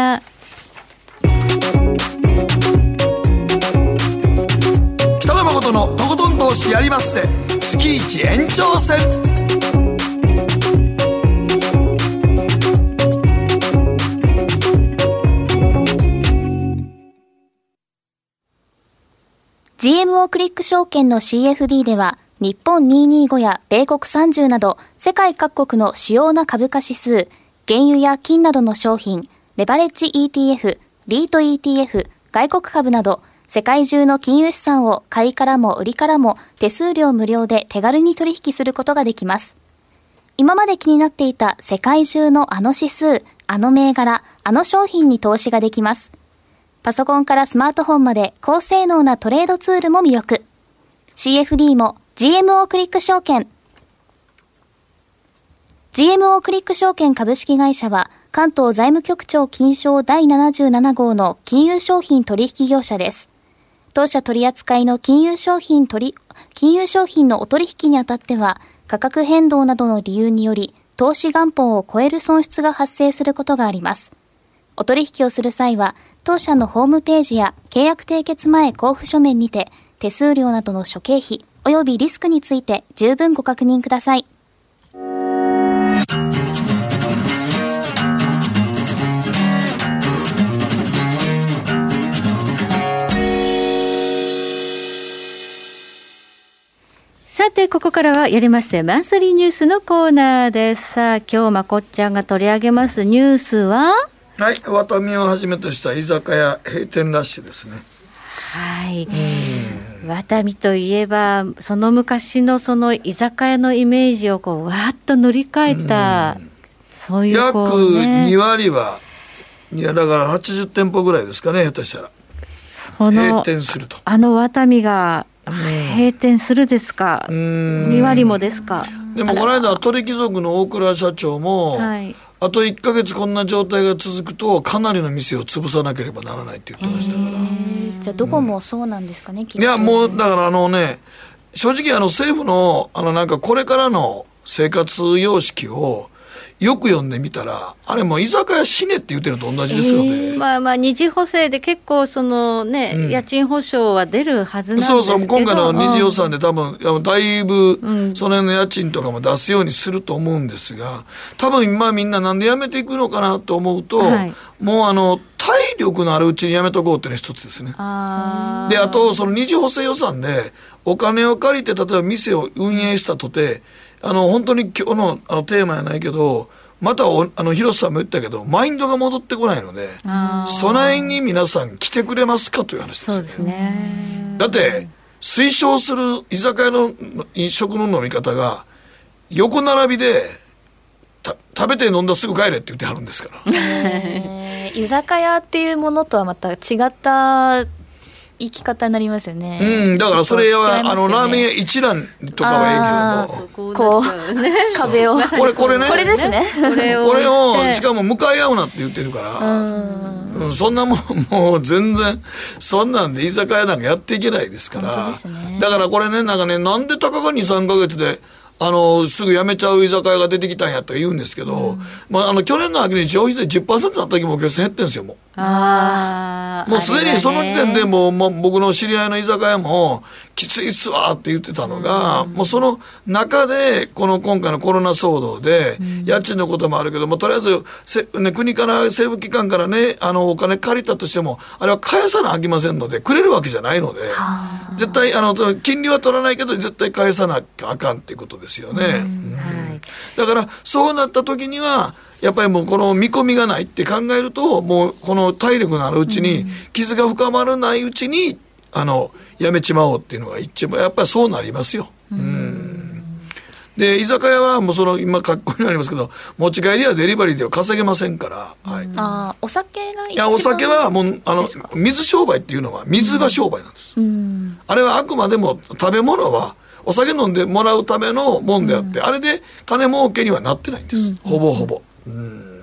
北野誠のとことん投資やりまっせ、月一延長戦。 ジーエムオー クリック証券の シーエフディー では日本にひゃくにじゅうごや米国さんじゅうなど世界各国の主要な株価指数、原油や金などの商品、レバレッジ イーティーエフ、リート イーティーエフ、外国株など世界中の金融資産を買いからも売りからも手数料無料で手軽に取引することができます。今まで気になっていた世界中のあの指数、あの銘柄、あの商品に投資ができます。パソコンからスマートフォンまで高性能なトレードツールも魅力。シーエフディー も ジーエムオー クリック証券。ジーエムオー クリック証券株式会社は関東財務局長金賞だいななじゅうなな号の金融商品取引業者です。当社取扱いの金融商品取、金融商品のお取引にあたっては価格変動などの理由により投資元本を超える損失が発生することがあります。お取引をする際は当社のホームページや契約締結前交付書面にて手数料などの諸経費及びリスクについて十分ご確認ください。 さてここからはやりましてマンスリーニュースのコーナーです。さあ今日まこっちゃんが取り上げますニュースは、 はい、ワタミをはじめとした居酒屋閉店ラッシュですね。 はい、ワタミといえばその昔のその居酒屋のイメージをこうわーっと塗り替えた、うそういうこう、ね、 約に割はいやだからはちじゅってんぽぐらいですかね、ひょっとしたらその閉店すると。 あのワタミが閉店するですか、に割もですか。 でもこの間鳥貴族の大倉社長も、はい、あといっかげつこんな状態が続くとかなりの店を潰さなければならないって言ってましたから。 じゃあどこもそうなんですかね、 うん、いやもうだからあのね、正直あの政府のあのなんかこれからの生活様式をよく読んでみたらあれもう居酒屋死ねって言ってるのと同じですよね、えー、まあまあ二次補正で結構そのね、うん、家賃保証は出るはずなんですけど、 そうそう今回の二次予算で多分だいぶその辺の家賃とかも出すようにすると思うんですが、多分今みんななんでやめていくのかなと思うと、はい、もうあの体力のあるうちにやめとこうっていうのが一つですね。あであとその二次補正予算でお金を借りて例えば店を運営したとて、あの本当に今日 の, あのテーマやないけどまたおあの広瀬さんも言ったけどマインドが戻ってこないので備えに皆さん来てくれますかという話ですね。 そうですね。 だって推奨する居酒屋の飲食の飲み方が横並びでた食べて飲んだすぐ帰れって言ってはるんですから、 えー、居酒屋っていうものとはまた違った生き方になりますよね。 うん、だからそれは、ね、あのラーメン屋一蘭とかはええけどもこう、ね、壁をこれこれねこれですねこれを, これをしかも向かい合うなって言ってるから、うんうん、そんなもんもう全然そんなんで居酒屋なんかやっていけないですから、ね、だからこれねなんかねなんでたかが にさんかげつであのすぐ辞めちゃう居酒屋が出てきたんやと言うんですけど、うんまあ、あの去年の秋に消費税 じゅっパーセント だった時もお客さん減ってるんですよ。もうあもうすでにその時点でもう、まあ、僕の知り合いの居酒屋もきついっすわって言ってたのが、うん、もうその中でこの今回のコロナ騒動で、うん、家賃のこともあるけどもとりあえずせ、ね、国から政府機関からねあのお金借りたとしてもあれは返さなあきませんのでくれるわけじゃないので絶対あの金利は取らないけど絶対返さなきゃあかんっていうことですよね、うんうんはい、だからそうなった時にはやっぱりもうこの見込みがないって考えるともうこの体力のあるうちに傷が深まらないうちにあのやめちまおうっていうのが一番やっぱりそうなりますよ。うんで居酒屋はもうその今格好になりますけど持ち帰りやデリバリーでは稼げませんから、はい、 あお酒が一番いやお酒はもうあの水商売っていうのは水が商売なんです、うん、あれはあくまでも食べ物はお酒飲んでもらうためのもんであって、うん、あれで金儲けにはなってないんです、うん、ほぼほぼ、うん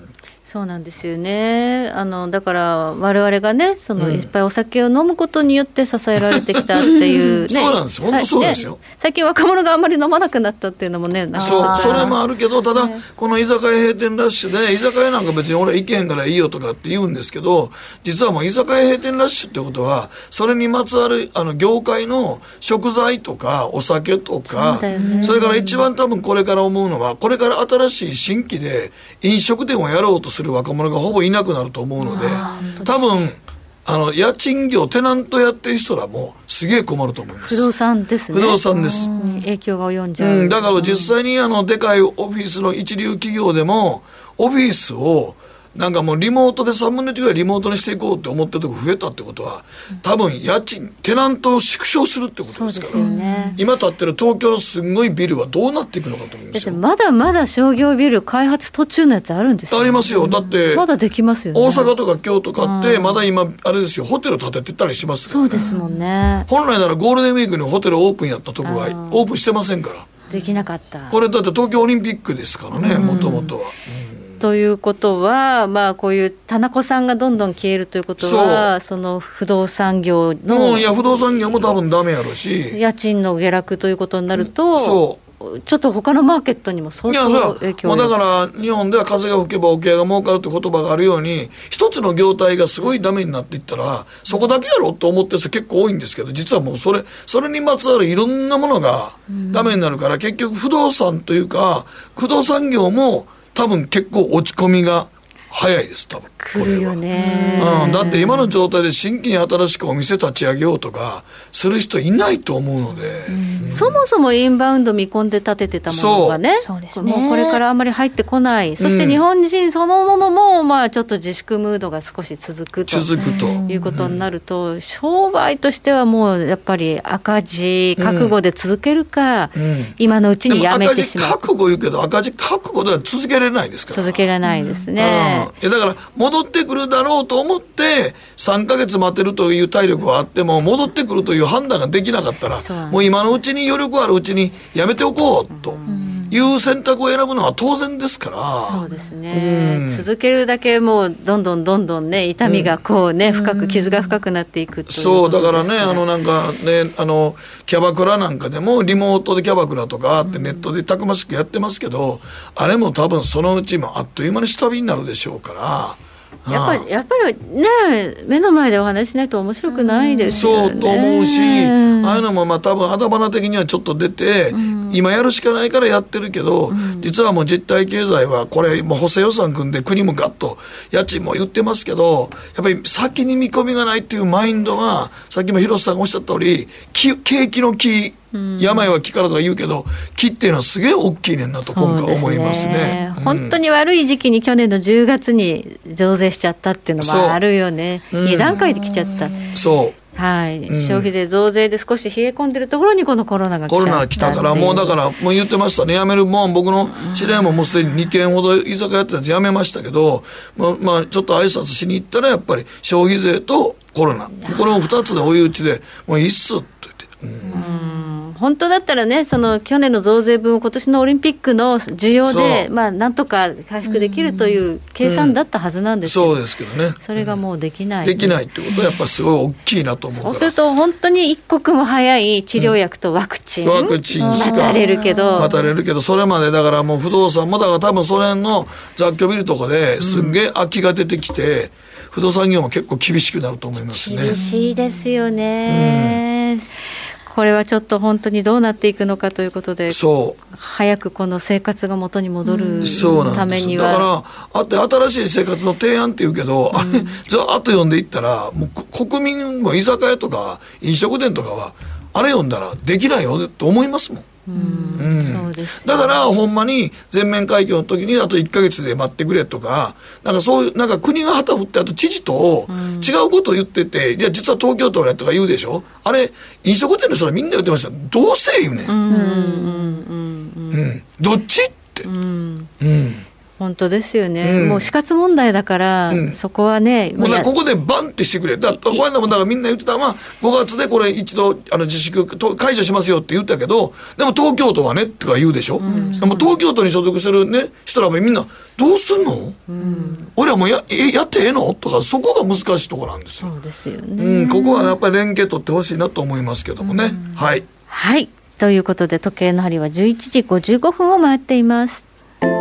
そうなんですよね。あのだから我々がねその、うん、いっぱいお酒を飲むことによって支えられてきたっていう、ね、 そうなんです本当そうですよ、 ね、最近若者があんまり飲まなくなったっていうのもねそうそれもあるけどただ、ね、この居酒屋閉店ラッシュで居酒屋なんか別に俺は行けへんからいいよとかって言うんですけど実はもう居酒屋閉店ラッシュってことはそれにまつわるあの業界の食材とかお酒とか そ,、ね、それから一番多分これから思うのはこれから新しい新規で飲食店をやろうとする若者がほぼいなくなると思うので多分あの家賃業テナントやってる人らもすげえ困ると思います。 不動産ですね。 不動産です。 影響が及んじゃう、 うん、だから実際にあのでかいオフィスの一流企業でもオフィスをなんかもうリモートでさんぶんのいちぐらいリモートにしていこうって思ってるとこ増えたってことは多分家賃テナントを縮小するってことですから、ね、今建ってる東京のすごいビルはどうなっていくのかと思いますよ。 まだまだ商業ビル開発途中のやつあるんですよ、ね、 ありますよ。だってまだできますよね。 大阪とか京都かってまだ今あれですよホテル建ててたりしますから、 ね、そうですもんね。 本来ならゴールデンウィークにホテルオープンやったとこがオープンしてませんからできなかった。 これだって東京オリンピックですからねもともとは、うんということは、まあ、こういう棚子さんがどんどん消えるということは そ, その不動産業の、 うん、いや不動産業も多分ダメやろし家賃の下落ということになると、うん、そうちょっと他のマーケットにも相当影響を。 だから日本では風が吹けば桶屋が儲かるって言葉があるように一つの業態がすごいダメになっていったらそこだけやろと思ってる人結構多いんですけど実はもうそれそれにまつわるいろんなものがダメになるから、うん、結局不動産というか不動産業も多分結構落ち込みが早いです多分来るよね、 うん、だって今の状態で新規に新しくお店立ち上げようとかする人いないと思うので、 うんうん、そもそもインバウンド見込んで建ててたものがね、 そうですね、 もうこれからあんまり入ってこない。そして日本人そのものもまあちょっと自粛ムードが少し続くと続くということになると、うん、商売としてはもうやっぱり赤字覚悟で続けるか、うん、今のうちにやめてしまう。 でも赤字覚悟言うけど赤字覚悟では続けられないですから続けられないですね、 うん、いやだから戻ってくるだろうと思ってさんかげつ待てるという体力はあっても戻ってくるという判断ができなかったらもう今のうちに余力あるうちにやめておこうという選択を選ぶのは当然ですから。 そうですね、うん、続けるだけもうどんどんどんどんね痛みがこうね、うん、深く傷が深くなっていくということです、ね、 そうだからねあのなんかねあのキャバクラなんかでもリモートでキャバクラとかってネットでたくましくやってますけど、うん、あれも多分そのうちもあっという間に下火になるでしょうからやっぱり、やっぱりね目の前でお話しないと面白くないですよね。 そうと思うしああいうのもまあ多分頭花的にはちょっと出て、うん、今やるしかないからやってるけど、うん、実はもう実体経済はこれもう補正予算組んで国もガッと家賃も言ってますけどやっぱり先に見込みがないっていうマインドがさっきも広瀬さんがおっしゃった通り景気の気うん、病は気からとか言うけど気っていうのはすげえ大きいねんなと今回思いますね。 そうですね、うん、本当に悪い時期に去年のじゅうがつに増税しちゃったっていうのもあるよね。に段階で来ちゃったそうはい、うん、消費税増税で少し冷え込んでるところにこのコロナが来ちゃった。 コロナが来たからもうだからもう言ってましたねやめるもん僕の知り合いももうすでににけんほど居酒屋やってたやつやめましたけど、まあ、まあちょっと挨拶しに行ったらやっぱり消費税とコロナこのふたつで追い打ちでもういいっすと言って、うんうん、本当だったらねその去年の増税分を今年のオリンピックの需要で、まあ、なんとか回復できるという計算だったはずなんですけど、 うん、そうですけどねそれがもうできない、 できないってことはやっぱりすごい大きいなと思うからそうすると本当に一刻も早い治療薬とワクチン、 うん、ワクチンしか待たれるけど待たれるけどそれまでだからもう不動産もだから多分それの雑居ビルとかですんげえ空きが出てきて、うん、不動産業も結構厳しくなると思いますね。 厳しいですよね、うんこれはちょっと本当にどうなっていくのかということでそう早くこの生活が元に戻るためには、 うん、だからあって新しい生活の提案っていうけど、うん、あれずっと読んでいったらもう国民も居酒屋とか飲食店とかはあれ読んだらできないよと思いますもん。うんうん、そうですね、だからほんまに全面開業の時にあといっかげつで待ってくれとかなんかそういうなんか国が旗振ってあと知事と違うことを言ってて、うん、いや実は東京都ねとか言うでしょあれ飲食店の人はみんな言ってましたどうせ言うねん、うんうんうんうん、どっちって、うんうん、 本当ですよね、うん、もう死活問題だから、うん、そこはねもうだここでバンってしてくれ。だからこれでもだからみんな言ってたのはごがつでこれ一度あの自粛解除しますよって言ったけど、でも東京都はねとか言うでしょ、うん、でも東京都に所属してるね人らもみんなどうすんの、うん、俺らも や, やってええのとか、そこが難しいところなんですよ。 そうですよね、 うん、ここはやっぱり連携取ってほしいなと思いますけどもね、うん、はいはいということで時計の針はじゅういちじごじゅうごふんを回っています。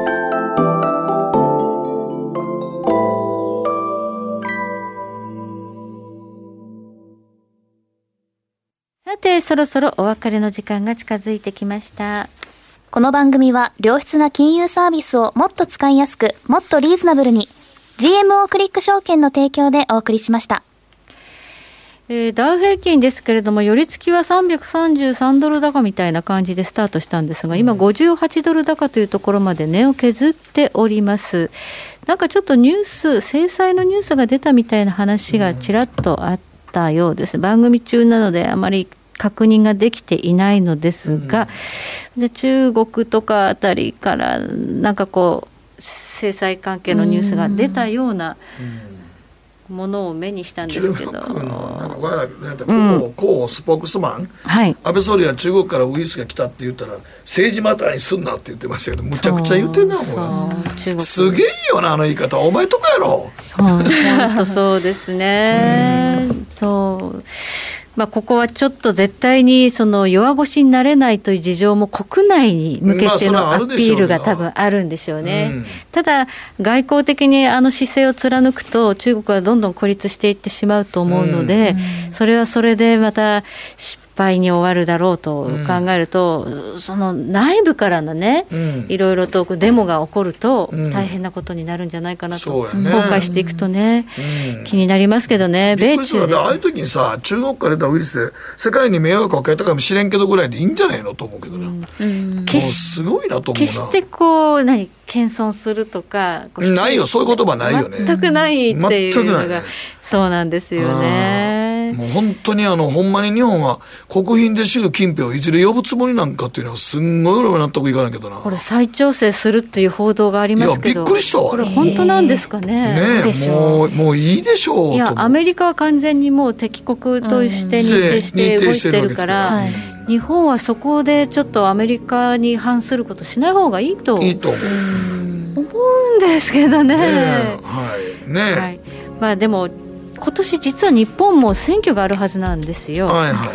さてそろそろお別れの時間が近づいてきました。 この番組は良質な金融サービスをもっと使いやすくもっとリーズナブルに ジーエムオー クリック証券の提供でお送りしました。 えー、ダウ平均ですけれども寄り付きはさんびゃくさんじゅうさんドル高みたいな感じでスタートしたんですが、今ごじゅうはちドル高というところまで値を削っております。なんかちょっとニュース制裁のニュースが出たみたいな話がちらっとあったようです。番組中なのであまり確認ができていないのですが、うん、で中国とかあたりからなんかこう制裁関係のニュースが出たようなものを目にしたんですけど、中国のなんかこれなんか候補スポークスマン、はい、安倍総理は中国からウイルスが来たって言ったら政治マターにすんなって言ってましたけど、むちゃくちゃ言ってんなもん。すげえよなあの言い方、お前とかやろ。 本当そうですね、うん、そうまあ、ここはちょっと絶対にその弱腰になれないという事情も国内に向けてのアピールが多分あるんでしょうね、うん、ただ外交的にあの姿勢を貫くと中国はどんどん孤立していってしまうと思うので、うん、それはそれでまた失敗に終わるだろうと考えると、うん、その内部からのね、うん、いろいろとデモが起こると大変なことになるんじゃないかなと、うん、崩壊していくとね、うん、気になりますけどね。米中です。 ああいう時にさ中国から出たウイルスで世界に迷惑をかけたかもしれんけどぐらいでいいんじゃないのと思うけどね、うん、もうすごいなと思うな。 決してこう何謙遜するとかないよ、そういう言葉ないよね。 全くないっていうのが、ね、そうなんですよね。 もう本当にあのほんまに日本は国賓で習近平をいずれ呼ぶつもりなんかっていうのはすんごい納得いかないけどな。 これ再調整するっていう報道がありますけど、 いやびっくりしたわ。 これ本当なんですかね。 ねえもう、もういいでしょう。 いやアメリカは完全にもう敵国として認定して動いてるから、うん、日本はそこでちょっとアメリカに反することしない方がいいといいと思う、 思うんですけどね。 ねえ、はいねえ、はい、 まあでも今年実は日本も選挙があるはずなんですよ。 はいはい、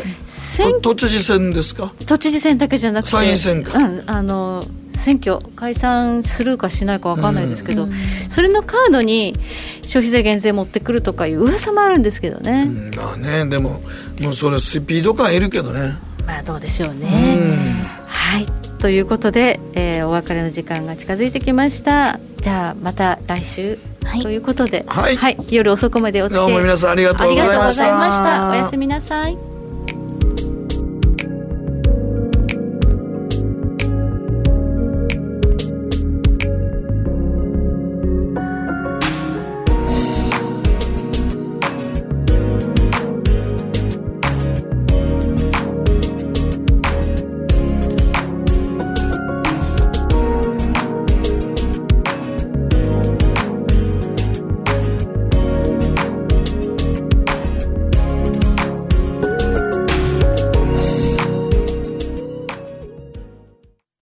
都知事選ですか。 都知事選だけじゃなくて参院選か、 うん、あの選挙解散するかしないか分かんないですけど、うん、それのカードに消費税減税持ってくるとかいう噂もあるんですけどね、うん、 まあね、でももうそれスピード感いるけどね。 まあどうでしょうね、うん、はいということで、えー、お別れの時間が近づいてきました。じゃあまた来週、はい、ということで、 はいはい、夜遅くまでお付き合いどうも皆さんありがとうございました。 おやすみなさい。